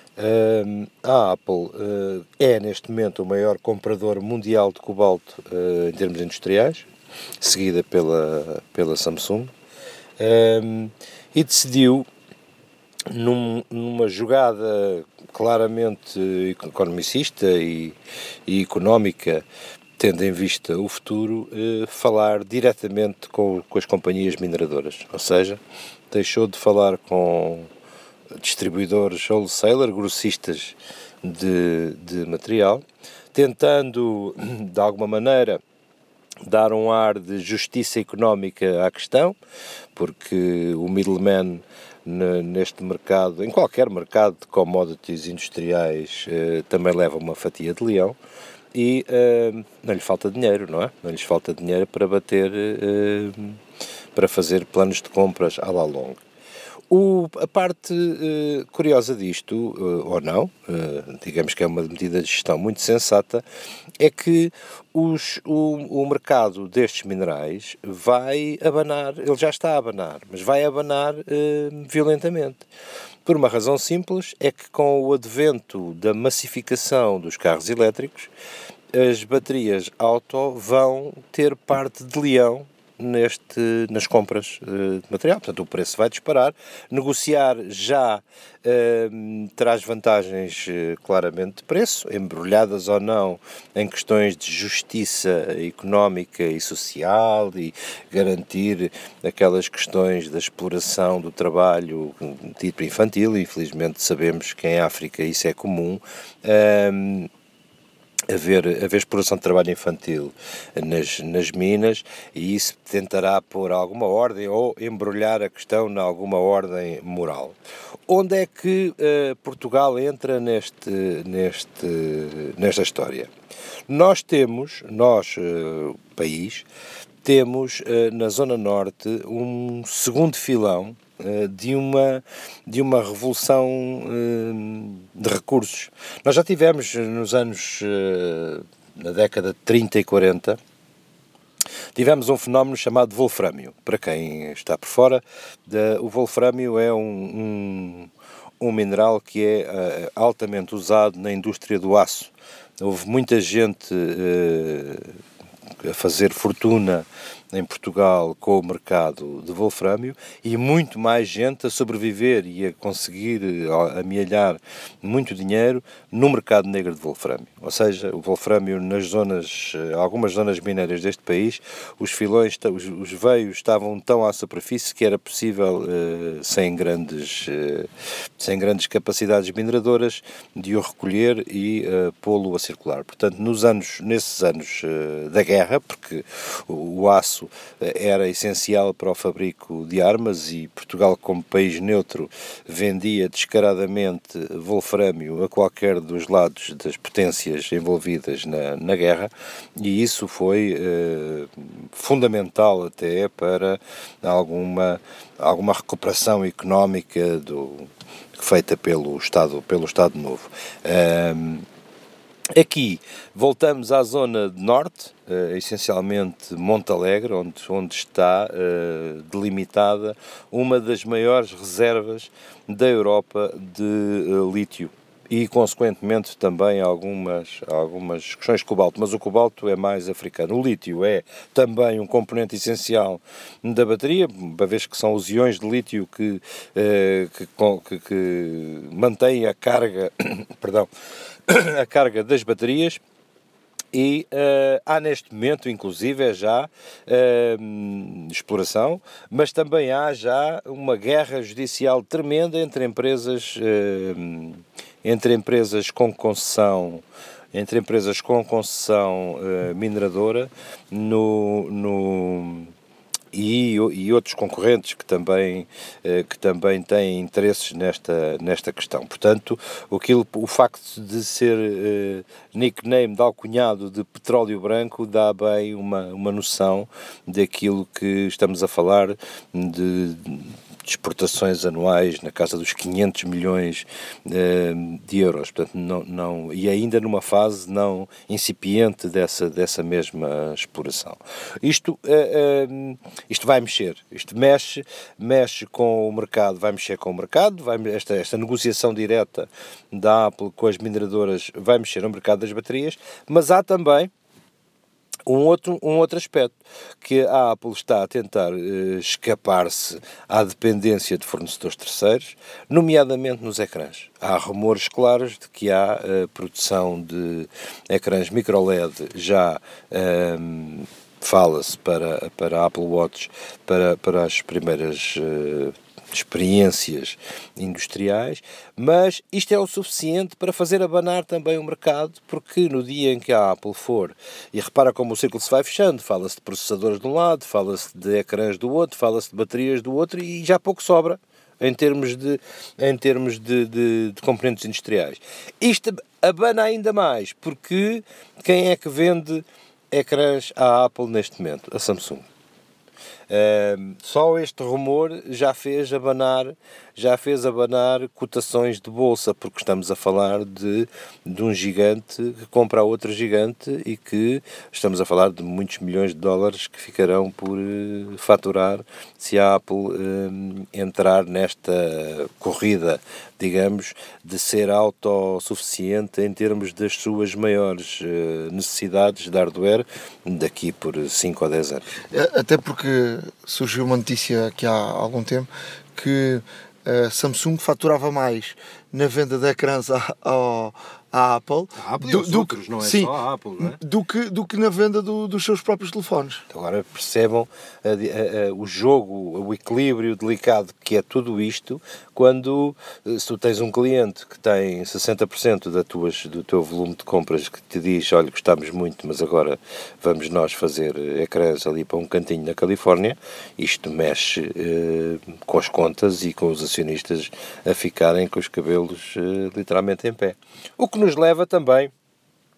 Uh, a Apple uh, é neste momento o maior comprador mundial de cobalto uh, em termos industriais, seguida pela, pela Samsung, uh, e decidiu, num, numa jogada claramente economicista e, e económica, tendo em vista o futuro, uh, falar diretamente com, com as companhias mineradoras, ou seja, deixou de falar com distribuidores wholesaler, grossistas de, de material, tentando de alguma maneira dar um ar de justiça económica à questão, porque o middleman neste mercado, em qualquer mercado de commodities industriais, também leva uma fatia de leão, e não lhe falta dinheiro, não é? Não lhes falta dinheiro para bater, para fazer planos de compras à la longue. O, a parte uh, curiosa disto, uh, ou não, uh, digamos que é uma medida de gestão muito sensata, é que os, o, o mercado destes minerais vai abanar, ele já está a abanar, mas vai abanar uh, violentamente. Por uma razão simples, é que com o advento da massificação dos carros elétricos, as baterias auto vão ter parte de leão Neste, nas compras uh, de material, portanto o preço vai disparar. Negociar já uh, traz vantagens uh, claramente de preço, embrulhadas ou não em questões de justiça económica e social, e garantir aquelas questões da exploração do trabalho tipo infantil. Infelizmente sabemos que em África isso é comum. Uh, Haver, haver exploração de trabalho infantil nas, nas minas, e isso tentará pôr alguma ordem ou embrulhar a questão em alguma ordem moral. Onde é que uh, Portugal entra neste, neste, nesta história? Nós temos, nós, uh, país, temos uh, na Zona Norte um segundo filão de uma, de uma revolução uh, de recursos. Nós já tivemos nos anos, uh, na década de trinta e quarenta, tivemos um fenómeno chamado wolframio. Para quem está por fora, de, o wolframio é um, um, um mineral que é uh, altamente usado na indústria do aço. Houve muita gente uh, a fazer fortuna em Portugal com o mercado de wolframio e muito mais gente a sobreviver e a conseguir amealhar muito dinheiro no mercado negro de wolframio. Ou seja, o wolframio nas zonas, algumas zonas mineiras deste país, os filões, os, os veios estavam tão à superfície que era possível, uh, sem grandes, uh, sem grandes capacidades mineradoras, de o recolher e uh, pô-lo a circular. Portanto, nos anos, nesses anos uh, da guerra, porque o, o aço era essencial para o fabrico de armas e Portugal, como país neutro, vendia descaradamente wolframio a qualquer dos lados das potências envolvidas na, na guerra, e isso foi eh, fundamental até para alguma, alguma recuperação económica do, feita pelo Estado, pelo Estado Novo. Um, Aqui voltamos à zona norte, uh, essencialmente Montalegre, onde, onde está uh, delimitada uma das maiores reservas da Europa de uh, lítio e, consequentemente, também algumas, algumas questões de cobalto, mas o cobalto é mais africano. O lítio é também um componente essencial da bateria, uma vez que são os íons de lítio que, uh, que, que, que mantêm a carga, perdão, a carga das baterias. E uh, há neste momento, inclusive, é já uh, exploração, mas também há já uma guerra judicial tremenda entre empresas, uh, entre empresas com concessão, entre empresas com concessão uh, mineradora no, no E, e outros concorrentes que também, que também têm interesses nesta, nesta questão. Portanto, aquilo, o facto de ser uh, nickname de alcunhado de petróleo branco dá bem uma, uma noção daquilo que estamos a falar de, de exportações anuais na casa dos quinhentos milhões uh, de euros. Portanto, não, não, e ainda numa fase não incipiente dessa, dessa mesma exploração. Isto, uh, uh, isto vai mexer, isto mexe, mexe com o mercado, vai mexer com o mercado, vai, esta, esta negociação direta da Apple com as mineradoras vai mexer no mercado das baterias, mas há também Um outro, um outro aspecto, que a Apple está a tentar uh, escapar-se à dependência de fornecedores terceiros, nomeadamente nos ecrãs. Há rumores claros de que há uh, produção de ecrãs micro L E D, já um, fala-se para, para a Apple Watch, para, para as primeiras uh, experiências industriais, mas isto é o suficiente para fazer abanar também o mercado, porque no dia em que a Apple for, e repara como o círculo se vai fechando, fala-se de processadores de um lado, fala-se de ecrãs do outro, fala-se de baterias do outro, e já pouco sobra em termos de, em termos de, de, de componentes industriais. Isto abana ainda mais, porque quem é que vende ecrãs à Apple neste momento? A Samsung. Uh, só este rumor já fez abanar, já fez abanar cotações de bolsa, porque estamos a falar de, de um gigante que compra a outro gigante e que estamos a falar de muitos milhões de dólares que ficarão por uh, faturar se a Apple uh, entrar nesta corrida, digamos, de ser autossuficiente em termos das suas maiores uh, necessidades de hardware daqui por cinco ou dez anos. Até porque surgiu uma notícia aqui há algum tempo que a Samsung faturava mais na venda de ecrãs à, à, à Apple, a Apple do, e os do outros, que, não é sim, só a Apple, não é? do, que, do que na venda do, dos seus próprios telefones. Agora percebam a, a, a, o jogo, o equilíbrio delicado que é tudo isto, quando se tu tens um cliente que tem sessenta por cento da tuas, do teu volume de compras que te diz, olha, gostamos muito, mas agora vamos nós fazer ecrãs ali para um cantinho na Califórnia, isto mexe eh, com as contas e com os acionistas a ficarem com os cabelos eh, literalmente em pé. O que nos leva também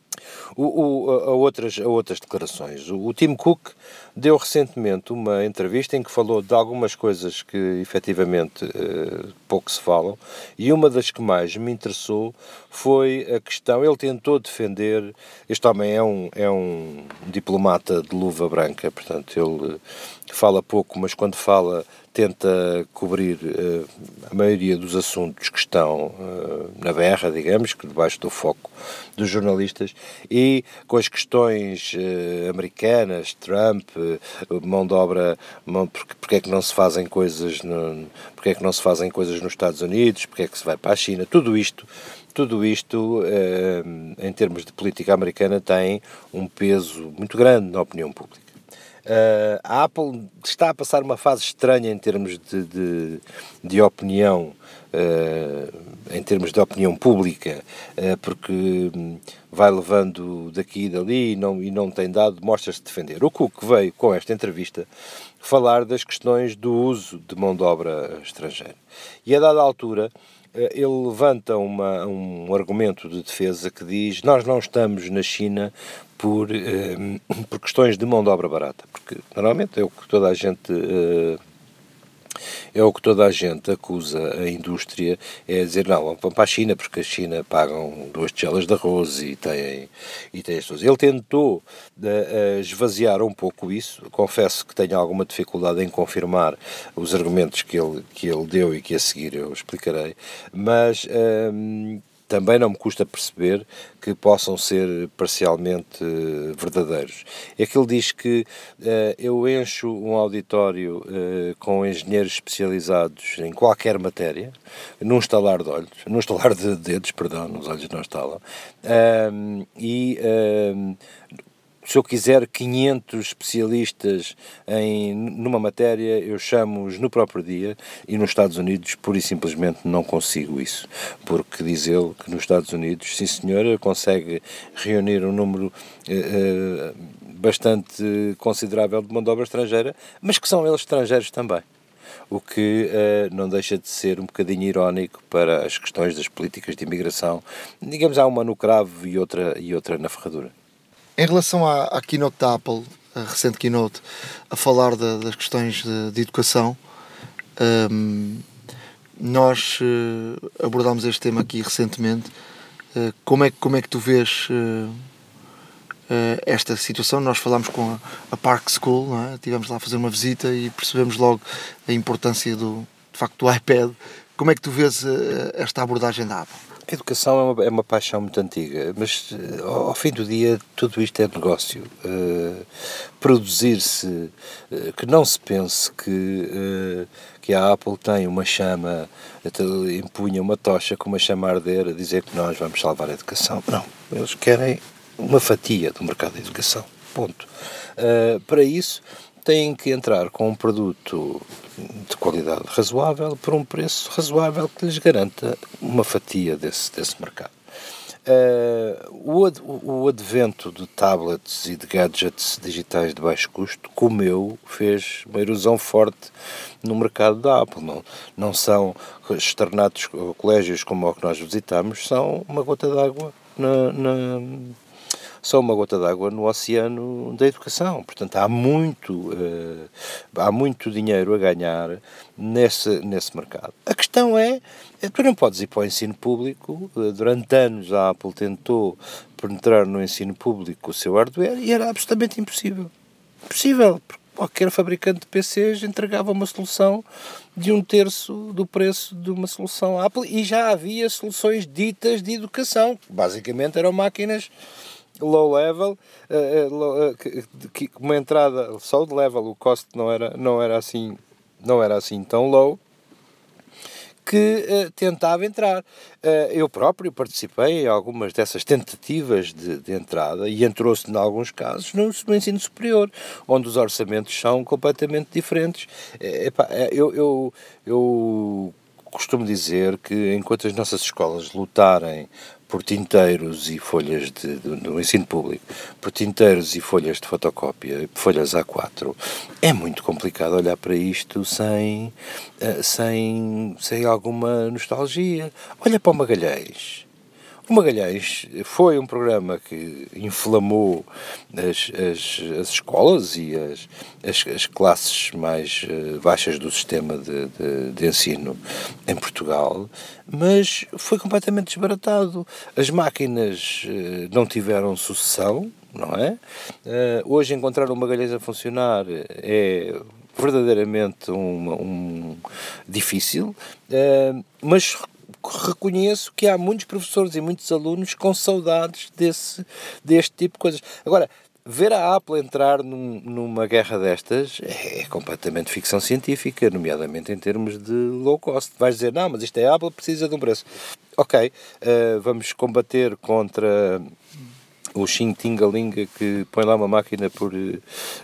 O, o, a, outras, a outras declarações. O, o Tim Cook deu recentemente uma entrevista em que falou de algumas coisas que efetivamente uh, pouco se falam, e uma das que mais me interessou foi a questão, ele tentou defender, este homem é um, é um diplomata de luva branca, portanto ele uh, fala pouco, mas quando fala tenta cobrir uh, a maioria dos assuntos que estão uh, na berra, digamos, que debaixo do foco dos jornalistas, e com as questões uh, americanas, Trump, uh, mão de obra, mão, porque, porque é que não se fazem coisas no, porque é que não se fazem coisas nos Estados Unidos, porque é que se vai para a China, tudo isto, tudo isto uh, em termos de política americana tem um peso muito grande na opinião pública. Uh, a Apple está a passar uma fase estranha em termos de, de, de opinião, uh, em termos de opinião pública, uh, porque vai levando daqui e dali e não, e não tem dado mostras de defender. O Cook veio com esta entrevista falar das questões do uso de mão de obra estrangeira. E a dada altura ele levanta uma, um argumento de defesa que diz: nós não estamos na China por, eh, por questões de mão de obra barata, porque normalmente é o que toda a gente eh, é o que toda a gente acusa a indústria, é dizer, não, vão para a China porque a China pagam duas tigelas de arroz e têm, e têm as coisas. Ele tentou uh, esvaziar um pouco isso, confesso que tenho alguma dificuldade em confirmar os argumentos que ele, que ele deu e que a seguir eu explicarei, mas um, também não me custa perceber que possam ser parcialmente uh, verdadeiros. É que ele diz que uh, eu encho um auditório uh, com engenheiros especializados em qualquer matéria, num estalar de olhos, num estalar de dedos, perdão, nos olhos não estalam, um, e um, se eu quiser quinhentos especialistas em, numa matéria, eu chamo-os no próprio dia, e nos Estados Unidos, pura e simplesmente, não consigo isso. Porque diz ele que nos Estados Unidos, sim senhora, consegue reunir um número eh, bastante considerável de mão de obra estrangeira, mas que são eles estrangeiros também. O que uh, não deixa de ser um bocadinho irónico para as questões das políticas de imigração. Digamos, há uma no cravo e outra, e outra na ferradura. Em relação à, à keynote da Apple, a recente keynote, a falar de, das questões de, de educação, um, nós uh, abordámos este tema aqui recentemente. Uh, como, é, como é que tu vês uh, uh, esta situação? Nós falámos com a, a Park School, não é? Estivemos lá a fazer uma visita e percebemos logo a importância do, de facto, do iPad. Como é que tu vês uh, esta abordagem da Apple? A educação é uma, é uma paixão muito antiga, mas ao, ao fim do dia tudo isto é negócio. Uh, produzir-se, uh, que não se pense que, uh, que a Apple tem uma chama, empunha uma tocha com uma chama a arder a dizer que nós vamos salvar a educação. Não, eles querem uma fatia do mercado da educação, ponto. Uh, para isso têm que entrar com um produto de qualidade razoável por um preço razoável que lhes garanta uma fatia desse, desse mercado. Uh, o, ad, o advento de tablets e de gadgets digitais de baixo custo, como eu, fez uma erosão forte no mercado da Apple. Não, não são externatos colégios como o que nós visitamos, são uma gota d'água na... na são uma gota d'água no oceano da educação. Portanto, há muito, uh, há muito dinheiro a ganhar nesse, nesse mercado. A questão é, tu não podes ir para o ensino público. Durante anos a Apple tentou penetrar no ensino público com o seu hardware e era absolutamente impossível. Impossível, porque qualquer fabricante de P Cs entregava uma solução de um terço do preço de uma solução Apple, e já havia soluções ditas de educação. Basicamente eram máquinas low level, uh, low, uh, que, que uma entrada só de level, o cost não era, não era assim, não era assim tão low, que uh, tentava entrar. Uh, eu próprio participei em algumas dessas tentativas de, de entrada, e entrou-se em alguns casos no, no ensino superior, onde os orçamentos são completamente diferentes. Uh, epá, eu, eu, eu costumo dizer que enquanto as nossas escolas lutarem por tinteiros e folhas de, de, no ensino público, por tinteiros e folhas de fotocópia, folhas A quatro, é muito complicado olhar para isto sem, uh, sem, sem alguma nostalgia. Olha para o Magalhães. O Magalhães foi um programa que inflamou as, as, as escolas e as, as, as classes mais uh, baixas do sistema de, de, de ensino em Portugal, mas foi completamente desbaratado. As máquinas uh, não tiveram sucessão, não é? Uh, hoje encontrar o Magalhães a funcionar é verdadeiramente um, um difícil, uh, mas reconheço que há muitos professores e muitos alunos com saudades desse, deste tipo de coisas. Agora, ver a Apple entrar num, numa guerra destas é, é completamente ficção científica, nomeadamente em termos de low cost. Vais dizer, não, mas isto é a Apple, precisa de um preço. Ok, uh, vamos combater contra o Xing-Tingalinga que põe lá uma máquina por uh,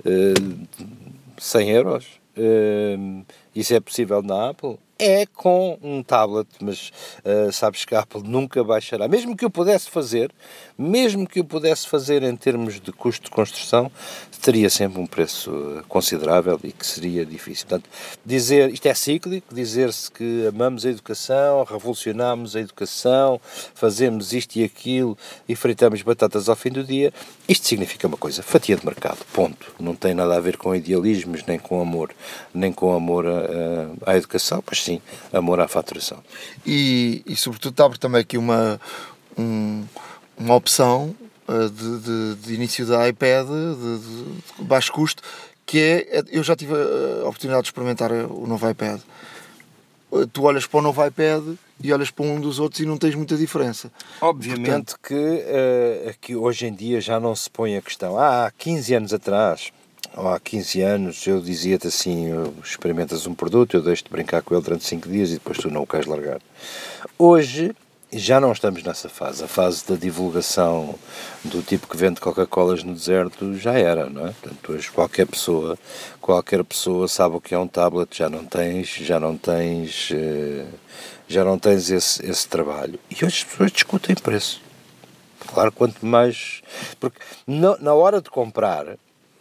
cem euros. Uh, isso é possível na Apple? É com um tablet, mas uh, sabes que a Apple nunca baixará. Mesmo que eu pudesse fazer, mesmo que eu pudesse fazer em termos de custo de construção, teria sempre um preço considerável e que seria difícil. Portanto, dizer, isto é cíclico, dizer-se que amamos a educação, revolucionamos a educação, fazemos isto e aquilo e fritamos batatas ao fim do dia, isto significa uma coisa, fatia de mercado, ponto. Não tem nada a ver com idealismos, nem com amor, nem com amor à, à educação, pois sim, amor à faturação. E, e sobretudo está também aqui uma, um, uma opção uh, de, de, de início da iPad de, de, de baixo custo, que é, eu já tive a oportunidade de experimentar o novo iPad. Tu olhas para o novo iPad e olhas para um dos outros e não tens muita diferença. Obviamente. Portanto, que, uh, que hoje em dia já não se põe a questão. Ah, há quinze anos atrás, ou há quinze anos, eu dizia-te assim, experimentas um produto, eu deixo-te brincar com ele durante cinco dias e depois tu não o queres largar. Hoje já não estamos nessa fase. A fase da divulgação do tipo que vende Coca-Colas no deserto já era, não é? Portanto, hoje qualquer pessoa, qualquer pessoa sabe o que é um tablet, já não tens, já não tens, já não tens esse, esse trabalho. E hoje as pessoas discutem preço. Claro, quanto mais... Porque na, na hora de comprar,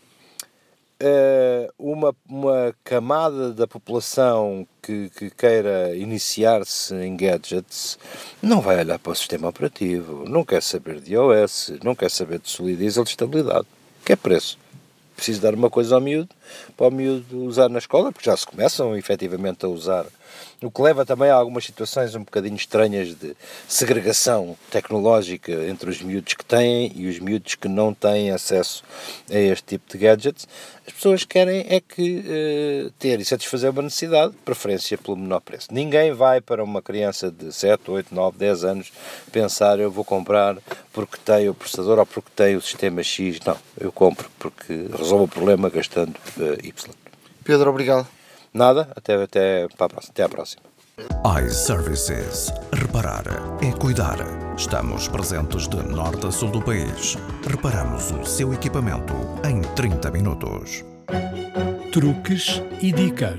uma, uma camada da população que, que queira iniciar-se em gadgets não vai olhar para o sistema operativo, não quer saber de iOS, não quer saber de solidez ou de estabilidade, quer preço. Preciso dar uma coisa ao miúdo, para o miúdo usar na escola, porque já se começam efetivamente a usar, o que leva também a algumas situações um bocadinho estranhas de segregação tecnológica entre os miúdos que têm e os miúdos que não têm acesso a este tipo de gadgets. As pessoas querem é que uh, ter e satisfazer uma necessidade, preferência pelo menor preço. Ninguém vai para uma criança de sete, oito, nove, dez anos pensar eu vou comprar porque tem o processador ou porque tem o sistema X. Não, eu compro porque resolvo o problema gastando uh, Y. Pedro, obrigado. Nada, até, até, para a próxima, até à próxima. iServices. Reparar é cuidar. Estamos presentes de norte a sul do país. Reparamos o seu equipamento em trinta minutos. Truques e dicas.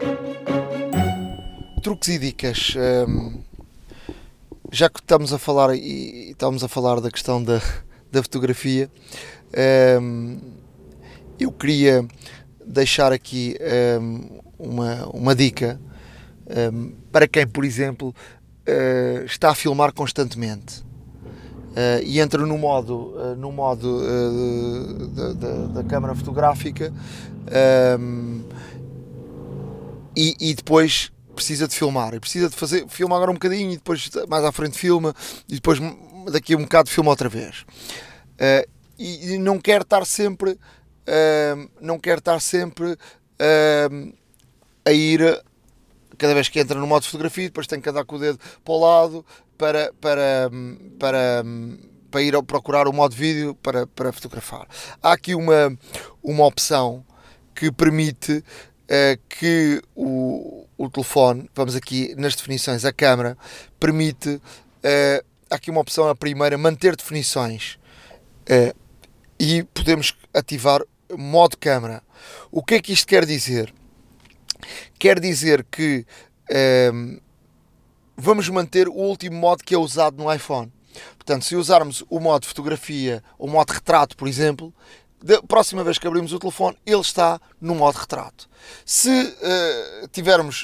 Truques e dicas. Hum, já que estamos a falar e estamos a falar da questão da, da fotografia, hum, eu queria deixar aqui hum, uma, uma dica um, para quem, por exemplo, uh, está a filmar constantemente uh, e entra no modo, uh, no modo uh, da, da, da câmara fotográfica um, e, e depois precisa de filmar e precisa de fazer, filma agora um bocadinho e depois mais à frente filma e depois daqui a um bocado filma outra vez uh, e, e não quer estar sempre uh, não quer estar sempre uh, a ir, cada vez que entra no modo de fotografia, depois tem que andar com o dedo para o lado para, para, para, para ir procurar o modo vídeo para, para fotografar. Há aqui uma, uma opção que permite uh, que o, o telefone, vamos aqui nas definições, a câmera, permite, uh, há aqui uma opção, a primeira, manter definições uh, e podemos ativar modo câmera. O que é que isto quer dizer? Quer dizer que um, vamos manter o último modo que é usado no iPhone. Portanto, se usarmos o modo fotografia ou o modo retrato, por exemplo, da próxima vez que abrimos o telefone, ele está no modo retrato. Se uh, tivermos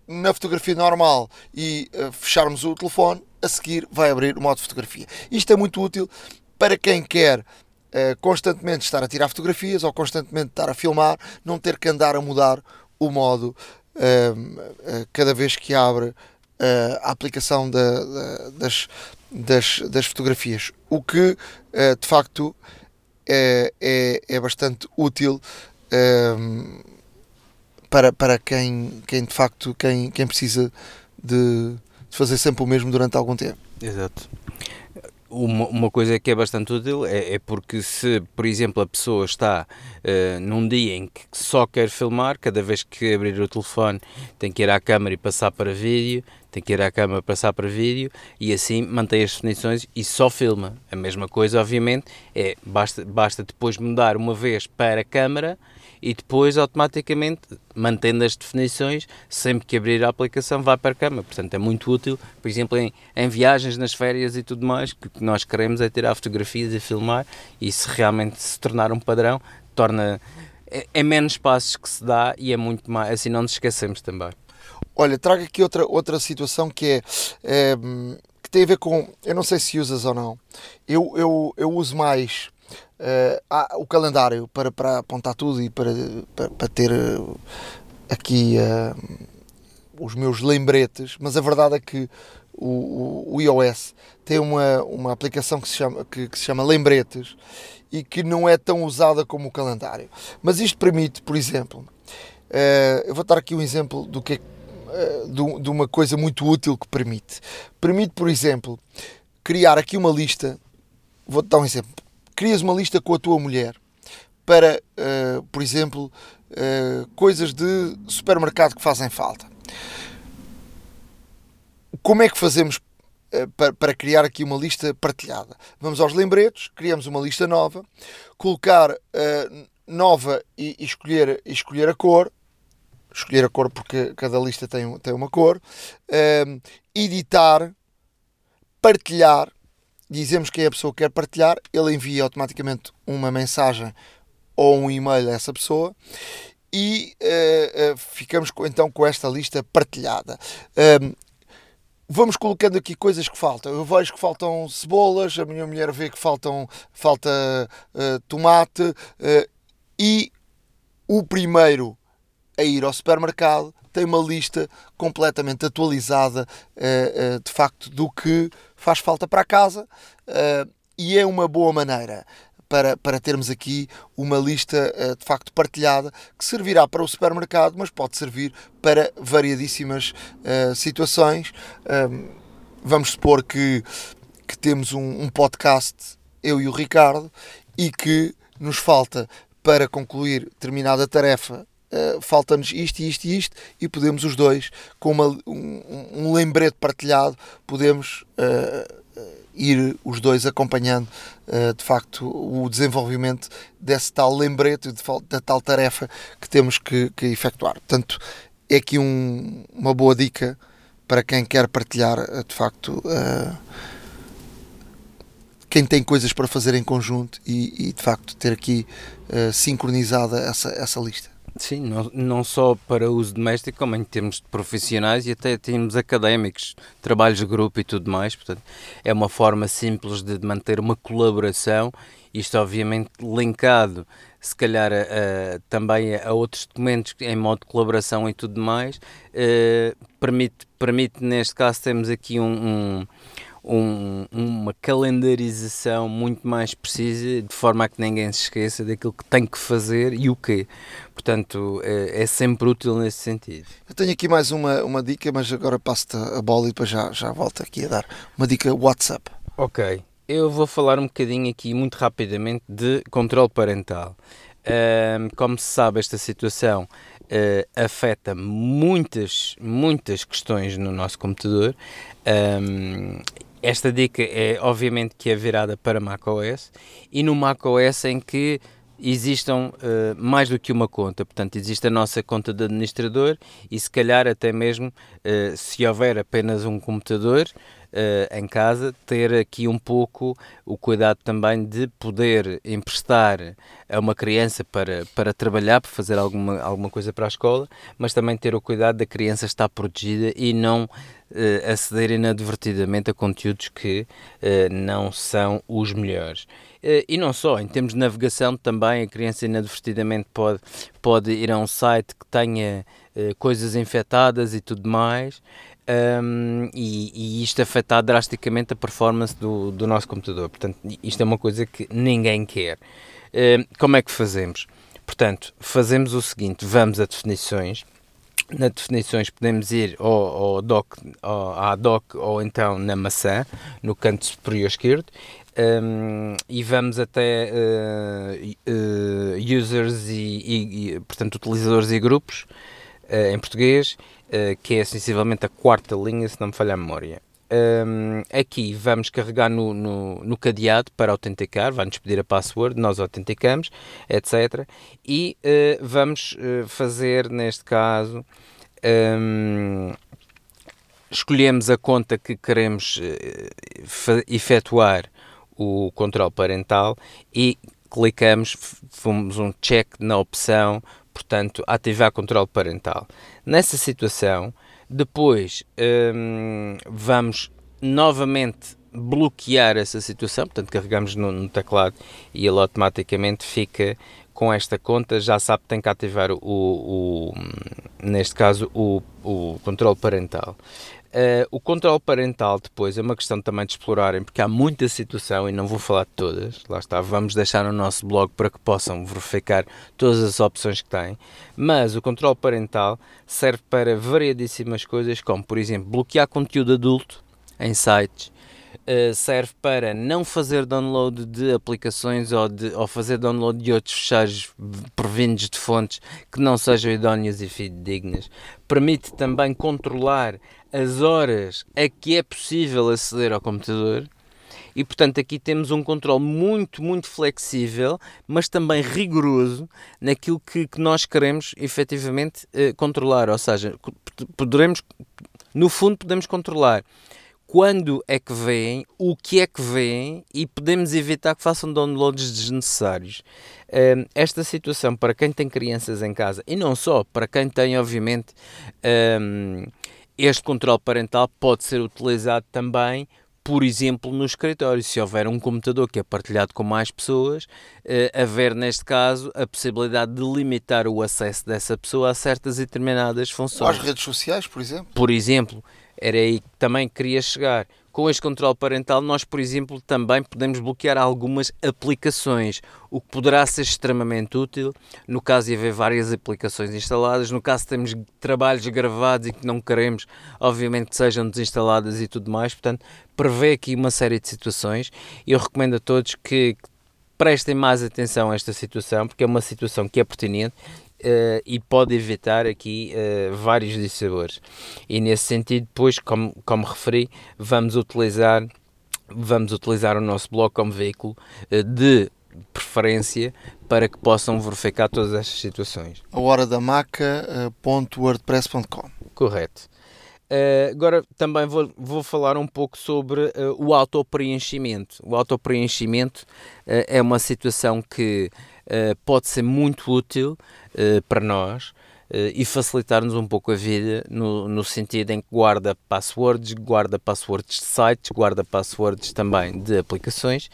na fotografia normal e uh, fecharmos o telefone, a seguir vai abrir o modo fotografia. Isto é muito útil para quem quer uh, constantemente estar a tirar fotografias ou constantemente estar a filmar, não ter que andar a mudar o modo uh, uh, cada vez que abre uh, a aplicação da, da, das, das, das fotografias. O que uh, de facto é, é, é bastante útil uh, para, para quem, quem de facto quem, quem precisa de, de fazer sempre o mesmo durante algum tempo. Exato. Uma, uma coisa que é bastante útil é, é porque se, por exemplo, a pessoa está uh, num dia em que só quer filmar, cada vez que abrir o telefone tem que ir à câmara e passar para vídeo, tem que ir à câmara e passar para vídeo, e assim mantém as definições e só filma. A mesma coisa, obviamente, é basta, basta depois mudar uma vez para a câmara e depois automaticamente, mantendo as definições, sempre que abrir a aplicação vai para a câmara. Portanto, é muito útil, por exemplo, em, em viagens, nas férias e tudo mais, que o que nós queremos é tirar fotografias e filmar, e se realmente se tornar um padrão, torna... É, é menos passos que se dá e é muito mais... Assim não nos esquecemos também. Olha, trago aqui outra, outra situação que é... é que tem a ver com... Eu não sei se usas ou não. Eu, eu, eu uso mais... Uh, há o calendário para, para apontar tudo e para, para, para ter uh, aqui uh, os meus lembretes, mas a verdade é que o, o, o iOS tem uma, uma aplicação que se, chama, que, que se chama Lembretes e que não é tão usada como o calendário, mas isto permite, por exemplo, uh, eu vou dar aqui um exemplo do que é, uh, de, de uma coisa muito útil que permite permite, por exemplo, criar aqui uma lista. Vou-te dar um exemplo. Crias uma lista com a tua mulher para, uh, por exemplo, uh, coisas de supermercado que fazem falta. Como é que fazemos uh, para, para criar aqui uma lista partilhada? Vamos aos lembretes, criamos uma lista nova, colocar uh, nova e, e, escolher, e escolher a cor, escolher a cor porque cada lista tem, tem uma cor, uh, editar, partilhar. Dizemos quem é a pessoa que quer partilhar, ele envia automaticamente uma mensagem ou um e-mail a essa pessoa e uh, uh, ficamos com, então com esta lista partilhada. Um, vamos colocando aqui coisas que faltam. Eu vejo que faltam cebolas, a minha mulher vê que faltam, falta uh, tomate uh, e o primeiro a ir ao supermercado tem uma lista completamente atualizada uh, uh, de facto do que faz falta para a casa uh, e é uma boa maneira para, para termos aqui uma lista uh, de facto partilhada que servirá para o supermercado, mas pode servir para variadíssimas uh, situações. Um, vamos supor que, que temos um, um podcast, eu e o Ricardo, e que nos falta para concluir determinada tarefa. Uh, falta-nos isto e isto e isto e podemos os dois com uma, um, um lembrete partilhado podemos uh, ir os dois acompanhando uh, de facto o desenvolvimento desse tal lembrete, de, da tal tarefa que temos que, que efetuar. Portanto, é aqui um, uma boa dica para quem quer partilhar uh, de facto uh, quem tem coisas para fazer em conjunto e, e de facto ter aqui uh, sincronizada essa, essa lista. Sim, não, não só para uso doméstico, como em termos de profissionais e até termos académicos, trabalhos de grupo e tudo mais. Portanto, é uma forma simples de manter uma colaboração, isto obviamente linkado, se calhar, a, a, também a outros documentos em modo de colaboração e tudo mais. Uh, permite, permite, neste caso, temos aqui um... um Um, uma calendarização muito mais precisa, de forma a que ninguém se esqueça daquilo que tem que fazer e o quê. Portanto, é, é sempre útil nesse sentido. Eu tenho aqui mais uma, uma dica, mas agora passo-te a bola e depois já, já volto aqui a dar uma dica WhatsApp. Ok, eu vou falar um bocadinho aqui, muito rapidamente, de controle parental. Um, como se sabe, esta situação uh, afeta muitas, muitas questões no nosso computador. Um, Esta dica é, obviamente, que é virada para macOS e no macOS em que existam uh, mais do que uma conta. Portanto, existe a nossa conta de administrador e, se calhar, até mesmo, uh, se houver apenas um computador, uh, em casa, ter aqui um pouco o cuidado também de poder emprestar a uma criança para, para trabalhar, para fazer alguma, alguma coisa para a escola, mas também ter o cuidado da criança estar protegida e não uh, aceder inadvertidamente a conteúdos que uh, não são os melhores. Uh, e não só, em termos de navegação também, a criança inadvertidamente pode, pode ir a um site que tenha uh, coisas infectadas e tudo mais, um, e, e isto afetar drasticamente a performance do, do nosso computador. Portanto, isto é uma coisa que ninguém quer. Uh, como é que fazemos? Portanto, fazemos o seguinte, vamos a definições. Na definições podemos ir ao, ao doc, ao, à doc ou então na maçã, no canto superior esquerdo, um, e vamos até uh, uh, users e, e, e, portanto, utilizadores e grupos, uh, em português, uh, que é sensivelmente a quarta linha, se não me falha a memória. Um, aqui vamos carregar no, no, no cadeado para autenticar, vai-nos pedir a password, nós autenticamos, etcétera. E uh, vamos uh, fazer, neste caso, um, escolhemos a conta que queremos uh, efetuar o controle parental e clicamos, fomos um check na opção, portanto, ativar controle parental. Nessa situação, depois hum, vamos novamente bloquear essa situação, portanto carregamos no, no teclado e ele automaticamente fica com esta conta, já sabe que tem que ativar o, o, o neste caso o, o controle parental. Uh, o controle parental depois é uma questão também de explorarem, porque há muita situação e não vou falar de todas, lá está, vamos deixar no nosso blog para que possam verificar todas as opções que têm, mas o controle parental serve para variedíssimas coisas, como por exemplo bloquear conteúdo adulto em sites, uh, serve para não fazer download de aplicações ou, de, ou fazer download de outros fechados provindos de fontes que não sejam idóneas e fidedignas, permite também controlar as horas a que é possível aceder ao computador e, portanto, aqui temos um controle muito, muito flexível, mas também rigoroso naquilo que, que nós queremos efetivamente eh, controlar, ou seja, poderemos, no fundo podemos controlar quando é que vêm, o que é que vêm e podemos evitar que façam downloads desnecessários. Um, esta situação para quem tem crianças em casa e não só, para quem tem obviamente um, este controle parental pode ser utilizado também, por exemplo, no escritório. Se houver um computador que é partilhado com mais pessoas, uh, haver neste caso a possibilidade de limitar o acesso dessa pessoa a certas e determinadas funções. Às redes sociais, por exemplo? Por exemplo, era aí que também queria chegar. Com este controle parental, nós, por exemplo, também podemos bloquear algumas aplicações, o que poderá ser extremamente útil no caso de haver várias aplicações instaladas, no caso de termos trabalhos gravados e que não queremos, obviamente, que sejam desinstaladas e tudo mais. Portanto, prevê aqui uma série de situações e eu recomendo a todos que prestem mais atenção a esta situação, porque é uma situação que é pertinente Uh, e pode evitar aqui uh, vários dissabores. E nesse sentido, depois, como, como referi, vamos utilizar, vamos utilizar o nosso blog como veículo uh, de preferência para que possam verificar todas estas situações. A hora da maca ponto wordpress ponto com. Correto. Uh, agora também vou, vou falar um pouco sobre uh, o autopreenchimento. O autopreenchimento uh, é uma situação que uh, pode ser muito útil uh, para nós uh, e facilitar-nos um pouco a vida no, no sentido em que guarda passwords, guarda passwords de sites, guarda passwords também de aplicações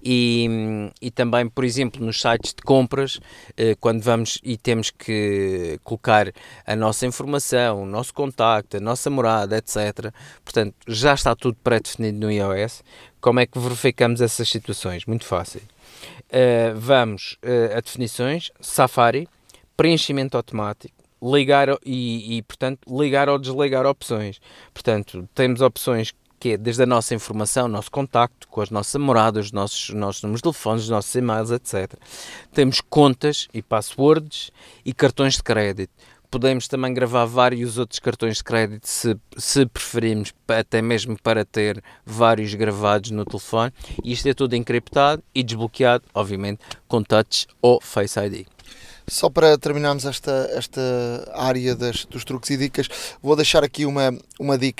e, e também, por exemplo, nos sites de compras, uh, quando vamos e temos que colocar a nossa informação, o nosso contacto, a nossa morada, etcétera. Portanto, já está tudo pré-definido no iOS. Como é que verificamos essas situações? Muito fácil. Uh, vamos uh, a definições, Safari, preenchimento automático, ligar e, e, portanto, ligar ou desligar opções. Portanto, temos opções que é desde a nossa informação, o nosso contacto, com as nossas moradas, os nossos, nossos números de telefones, os nossos e-mails, etcétera. Temos contas e passwords e cartões de crédito. Podemos também gravar vários outros cartões de crédito se, se preferirmos, até mesmo para ter vários gravados no telefone. E isto é tudo encriptado e desbloqueado, obviamente, com Touch ou Face I D. Só para terminarmos esta, esta área das, dos truques e dicas, vou deixar aqui uma, uma dica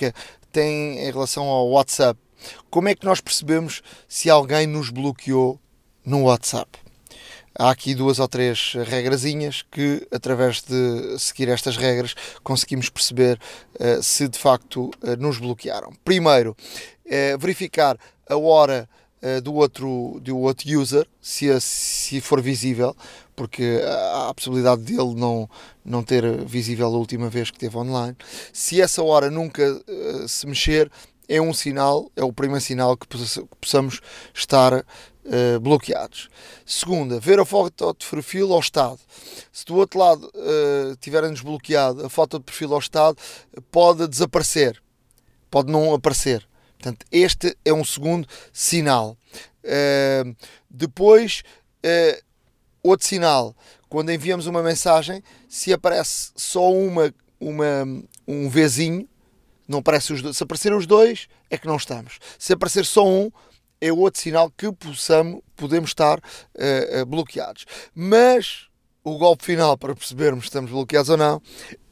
tem em relação ao WhatsApp. Como é que nós percebemos se alguém nos bloqueou no WhatsApp? Há aqui duas ou três regrazinhas que, através de seguir estas regras, conseguimos perceber uh, se de facto uh, nos bloquearam. Primeiro, uh, verificar a hora uh, do, outro, do outro user, se, se for visível, porque há a possibilidade dele não, não ter visível a última vez que esteve online. Se essa hora nunca uh, se mexer, é um sinal, é o primeiro sinal que possamos estar uh, bloqueados. Segunda, ver a foto de perfil ao estado. Se do outro lado uh, tiverem-nos bloqueado, a foto de perfil ao estado pode desaparecer, pode não aparecer. Portanto, este é um segundo sinal. Uh, depois, uh, outro sinal, quando enviamos uma mensagem, se aparece só uma, uma, um Vzinho, não aparece os dois. Se aparecerem os dois, é que não estamos. Se aparecer só um, é outro sinal que possamos, podemos estar uh, uh, bloqueados. Mas o golpe final para percebermos se estamos bloqueados ou não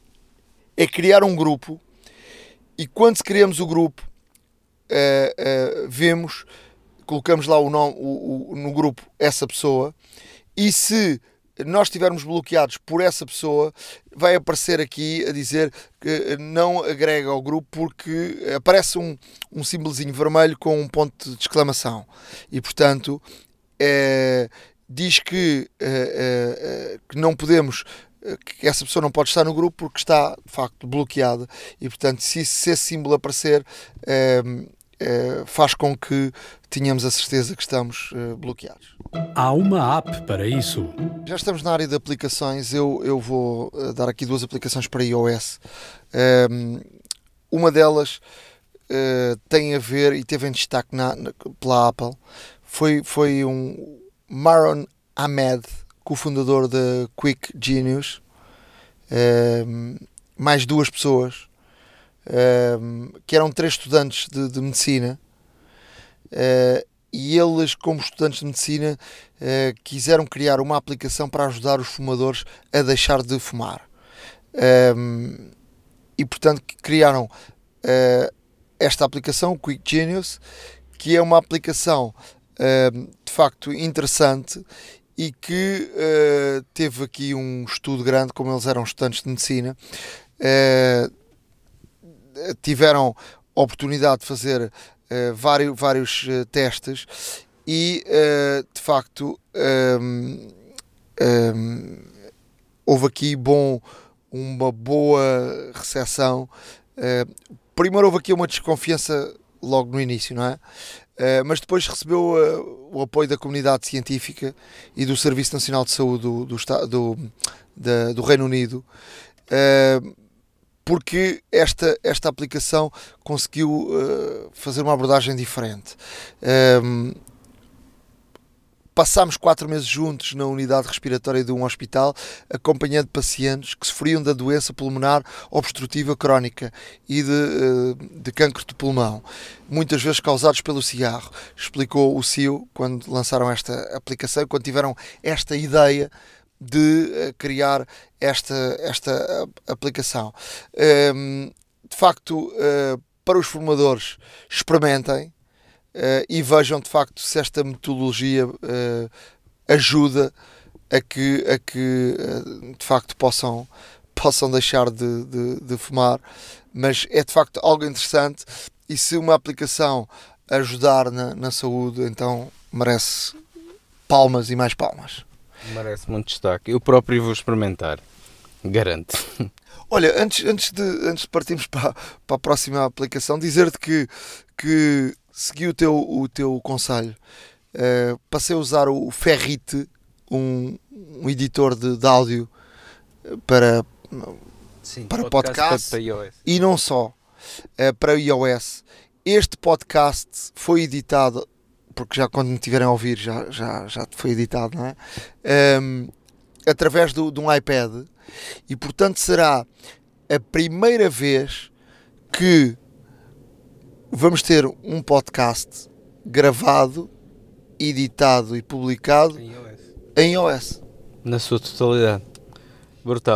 é criar um grupo, e quando criamos o grupo, uh, uh, vemos, colocamos lá o nome, o, o, no grupo essa pessoa, e se nós estivermos bloqueados por essa pessoa, vai aparecer aqui a dizer que não agrega ao grupo, porque aparece um, um símbolozinho vermelho com um ponto de exclamação, e portanto é, diz que, é, é, que não podemos, que essa pessoa não pode estar no grupo porque está de facto bloqueada, e portanto se, se esse símbolo aparecer, é, é, faz com que tenhamos a certeza que estamos uh, bloqueados. Há uma app para isso. Já estamos na área de aplicações. Eu, eu vou uh, dar aqui duas aplicações para iOS. Um, uma delas uh, tem a ver, e teve em destaque na, na, pela Apple, foi, foi um Maron Ahmed, cofundador da Quick Genius, um, mais duas pessoas, um, que eram três estudantes de, de medicina. Uh, e eles, como estudantes de medicina, uh, quiseram criar uma aplicação para ajudar os fumadores a deixar de fumar. Um, e portanto criaram uh, esta aplicação, o Quick Genius, que é uma aplicação uh, de facto interessante, e que uh, teve aqui um estudo grande. Como eles eram estudantes de medicina, uh, tiveram a oportunidade de fazer Uh, vários, vários uh, testes, e uh, de facto um, um, houve aqui bom, uma boa recepção. Uh, primeiro houve aqui uma desconfiança logo no início, não é? Uh, mas depois recebeu uh, o apoio da comunidade científica e do Serviço Nacional de Saúde do, do, do, da, do Reino Unido, uh, porque esta, esta aplicação conseguiu uh, fazer uma abordagem diferente. Um, passámos quatro meses juntos na unidade respiratória de um hospital, acompanhando pacientes que sofriam da doença pulmonar obstrutiva crónica e de, uh, de cancro de pulmão, muitas vezes causados pelo cigarro, explicou o C E O quando lançaram esta aplicação, quando tiveram esta ideia de criar esta, esta aplicação. Um, de facto, uh, para os fumadores, experimentem uh, e vejam de facto se esta metodologia uh, ajuda a que, a que uh, de facto possam, possam deixar de, de, de fumar. Mas é de facto algo interessante, e se uma aplicação ajudar na, na saúde, então merece palmas e mais palmas. Merece muito destaque. Eu próprio vou experimentar. Garanto. Olha, antes, antes, de, antes de partirmos para, para a próxima aplicação, dizer-te que, que segui o teu, o teu conselho. Uh, passei a usar o Ferrite, um, um editor de, de áudio para, Sim, para podcast, podcast, para iOS. E não só, uh, para iOS. Este podcast foi editado, porque já quando me tiverem a ouvir já, já, já foi editado, não é? Um, através do, de um iPad, e portanto será a primeira vez que vamos ter um podcast gravado, editado e publicado Em iOS. em iOS. Na sua totalidade. Brutal.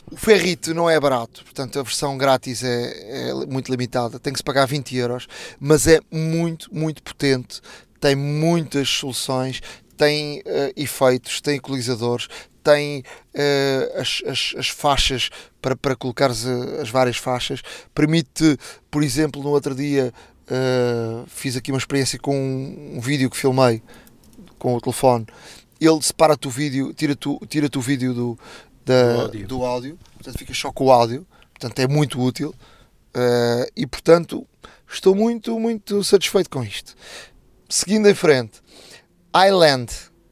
O ferrite não é barato, portanto a versão grátis é, é muito limitada, tem que se pagar vinte euros, mas é muito, muito potente, tem muitas soluções, tem uh, efeitos, tem equalizadores, tem uh, as, as, as faixas para, para colocar as, as várias faixas, permite, por exemplo, no outro dia uh, fiz aqui uma experiência com um, um vídeo que filmei com o telefone, ele separa-te o vídeo, tira-te tira-te o vídeo do Da, do, áudio. do áudio, portanto fica só com o áudio, portanto é muito útil uh, e portanto estou muito, muito satisfeito com isto. Seguindo em frente, iLand,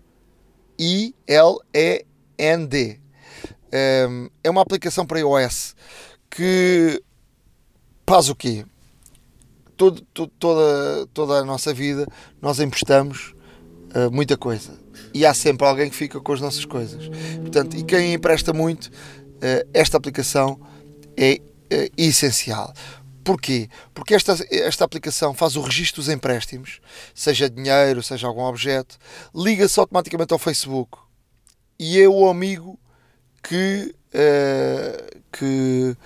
I L E N D, um, é uma aplicação para iOS que faz o quê? Todo, todo, toda, toda a nossa vida nós emprestamos uh, muita coisa. E há sempre alguém que fica com as nossas coisas. Portanto, e quem empresta muito, esta aplicação é essencial. Porquê? Porque esta, esta aplicação faz o registro dos empréstimos, seja dinheiro, seja algum objeto, liga-se automaticamente ao Facebook e é o amigo que, que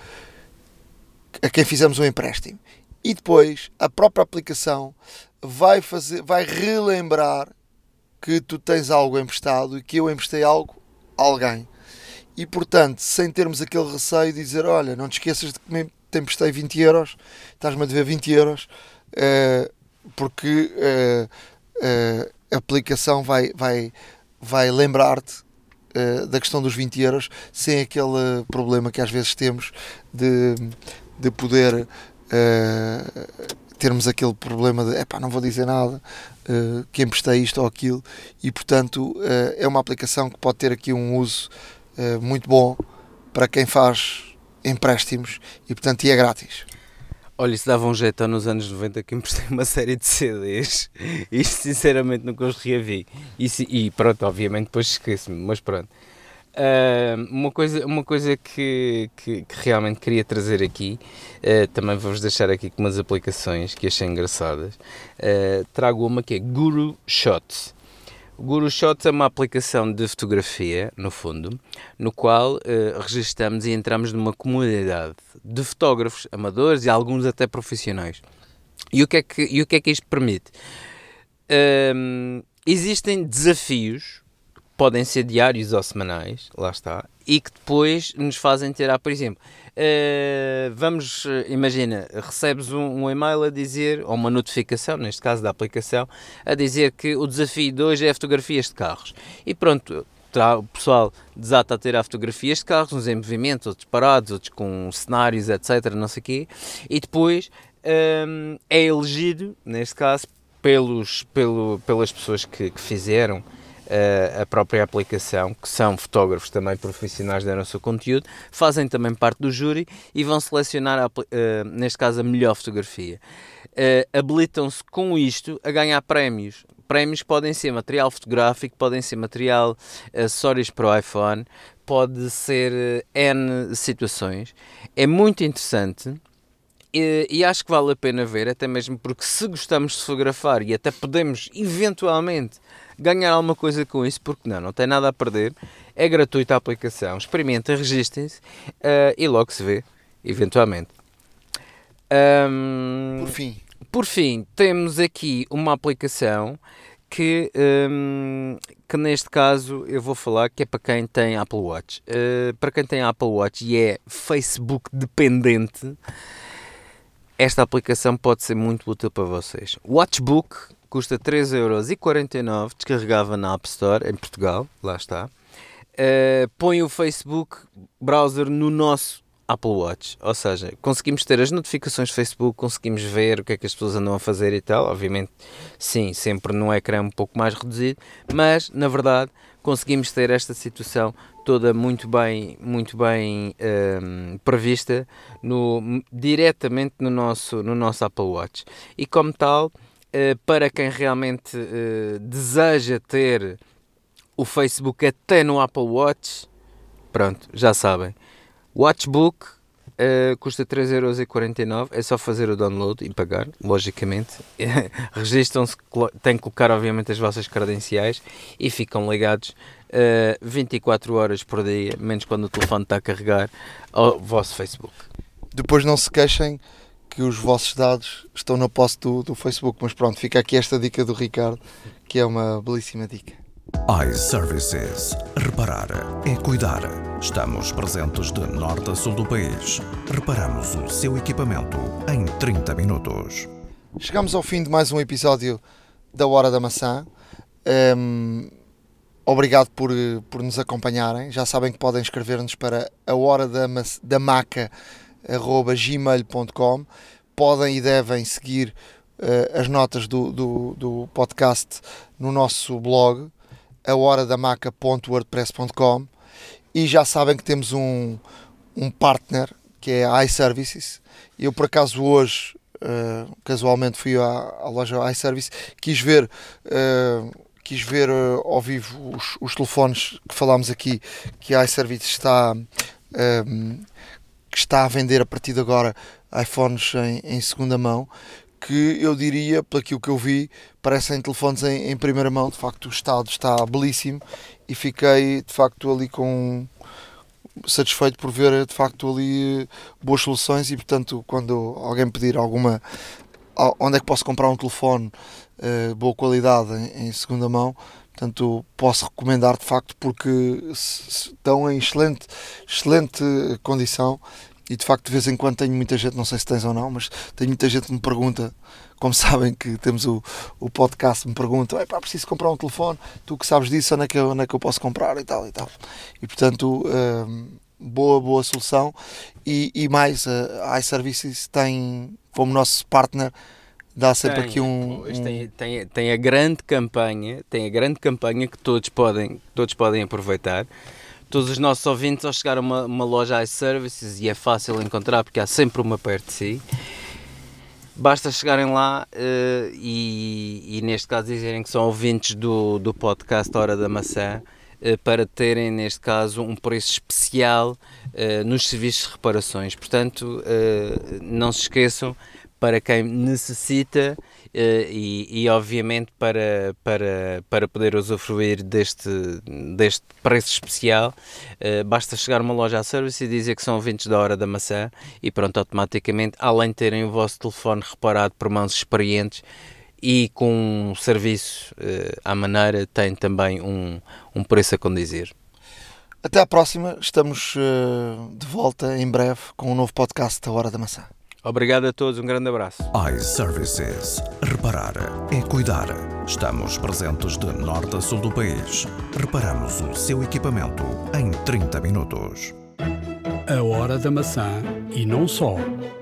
a quem fizemos o empréstimo. E depois a própria aplicação vai, fazer, vai relembrar que tu tens algo emprestado e que eu emprestei algo a alguém. E, portanto, sem termos aquele receio de dizer, olha, não te esqueças de que me te emprestei vinte euros, estás-me a dever vinte euros, uh, porque uh, uh, a aplicação vai, vai, vai lembrar-te uh, da questão dos vinte euros, sem aquele problema que às vezes temos de, de poder... Uh, termos aquele problema de, epá, não vou dizer nada, uh, que emprestei isto ou aquilo, e portanto uh, é uma aplicação que pode ter aqui um uso uh, muito bom para quem faz empréstimos e portanto e é grátis. Olha, isso dava um jeito nos anos noventa que emprestei uma série de C Ds, isto sinceramente nunca os reavi, e, e pronto, obviamente depois esqueço-me, mas pronto. Uh, uma coisa, uma coisa que, que, que realmente queria trazer aqui, uh, também vou-vos deixar aqui com umas aplicações que achei engraçadas. Uh, trago uma que é Guru Shots. O Guru Shots é uma aplicação de fotografia, no fundo, no qual uh, registramos e entramos numa comunidade de fotógrafos amadores e alguns até profissionais. E o que é que, e o que, é que isto permite? Uh, existem desafios, podem ser diários ou semanais, lá está, e que depois nos fazem ter, ah, por exemplo, uh, vamos, imagina, recebes um, um e-mail a dizer, ou uma notificação, neste caso da aplicação, a dizer que o desafio de hoje é fotografias de carros. E pronto, o pessoal desata a ter a fotografias de carros, uns em movimento, outros parados, outros com cenários, etcétera, não sei o quê, e depois um, é elegido, neste caso, pelos, pelo, pelas pessoas que, que fizeram a própria aplicação, que são fotógrafos também profissionais, deram o seu conteúdo, fazem também parte do júri e vão selecionar, a, uh, neste caso, a melhor fotografia. Uh, habilitam-se com isto a ganhar prémios. Prémios podem ser material fotográfico, podem ser material, acessórios para o iPhone, pode ser uh, N situações. É muito interessante. E, e acho que vale a pena ver, até mesmo porque se gostamos de fotografar e até podemos eventualmente ganhar alguma coisa com isso, porque não, não tem nada a perder, é gratuita a aplicação, experimentem, registrem-se uh, e logo se vê, eventualmente. Um, por fim. Por fim, temos aqui uma aplicação que, um, que neste caso eu vou falar que é para quem tem Apple Watch. Uh, para quem tem Apple Watch e é Facebook dependente, esta aplicação pode ser muito útil para vocês. Watchbook custa três euros e quarenta e nove, descarregava na App Store em Portugal, lá está. Uh, põe o Facebook browser no nosso Apple Watch, ou seja, conseguimos ter as notificações do Facebook, conseguimos ver o que é que as pessoas andam a fazer e tal, obviamente, sim, sempre num ecrã um pouco mais reduzido, mas, na verdade, conseguimos ter esta situação toda muito bem, muito bem um, prevista no, diretamente no nosso, no nosso Apple Watch. E como tal, uh, para quem realmente uh, deseja ter o Facebook até no Apple Watch, pronto, já sabem. Watchbook uh, custa três euros e quarenta e nove, é só fazer o download e pagar, logicamente. Registram-se, têm que colocar obviamente as vossas credenciais e ficam ligados uh, vinte e quatro horas por dia, menos quando o telefone está a carregar, ao vosso Facebook. Depois não se queixem que os vossos dados estão na posse do, do Facebook, mas pronto, fica aqui esta dica do Ricardo, que é uma belíssima dica. iServices. Reparar é cuidar. Estamos presentes de norte a sul do país. Reparamos o seu equipamento em trinta minutos. Chegamos ao fim de mais um episódio da Hora da Maçã. Um, obrigado por, por nos acompanharem. Já sabem que podem escrever-nos para a hora da, da maca arroba gmail ponto com. Podem e devem seguir uh, as notas do, do, do podcast no nosso blog a hora da maca ponto wordpress ponto com, e já sabem que temos um, um partner que é a iServices. Eu por acaso hoje uh, casualmente fui à, à loja iService, quis ver uh, quis ver uh, ao vivo os, os telefones que falámos aqui, que a iServices está um, que está a vender a partir de agora iPhones em, em segunda mão, que eu diria, pelo que eu vi, parecem telefones em, em primeira mão. De facto o estado está belíssimo e fiquei de facto ali com satisfeito por ver de facto ali boas soluções. E portanto, quando alguém pedir alguma onde é que posso comprar um telefone uh, boa qualidade em, em segunda mão, portanto posso recomendar de facto, porque estão em excelente, excelente condição. E de facto de vez em quando tenho muita gente, não sei se tens ou não, mas tenho muita gente que me pergunta, como sabem que temos o, o podcast, me perguntam: pá, preciso comprar um telefone, tu que sabes disso, onde é que eu, onde é que eu posso comprar e tal e tal. E portanto, hum, boa, boa solução. E, e mais, a iServices tem como nosso partner, dá sempre tem, aqui um... um... um... Tem, tem, tem a grande campanha, tem a grande campanha que todos podem, todos podem aproveitar. Todos os nossos ouvintes, ao chegar a uma, uma loja iServices, e é fácil encontrar porque há sempre uma perto de si, basta chegarem lá uh, e, e neste caso dizerem que são ouvintes do, do podcast Hora da Maçã, uh, para terem neste caso um preço especial uh, nos serviços de reparações. Portanto, uh, não se esqueçam, para quem necessita uh, e, e obviamente para, para, para poder usufruir deste, deste preço especial, uh, basta chegar a uma loja a serviço e dizer que são ouvintes da Hora da Maçã e pronto, automaticamente, além de terem o vosso telefone reparado por mãos experientes e com um serviço uh, à maneira, tem também um, um preço a condizer. Até à próxima, estamos uh, de volta em breve com um novo podcast da Hora da Maçã. Obrigado a todos, um grande abraço. iServices. Reparar é cuidar. Estamos presentes de norte a sul do país. Reparamos o seu equipamento em trinta minutos. A Hora da Maçã e não só.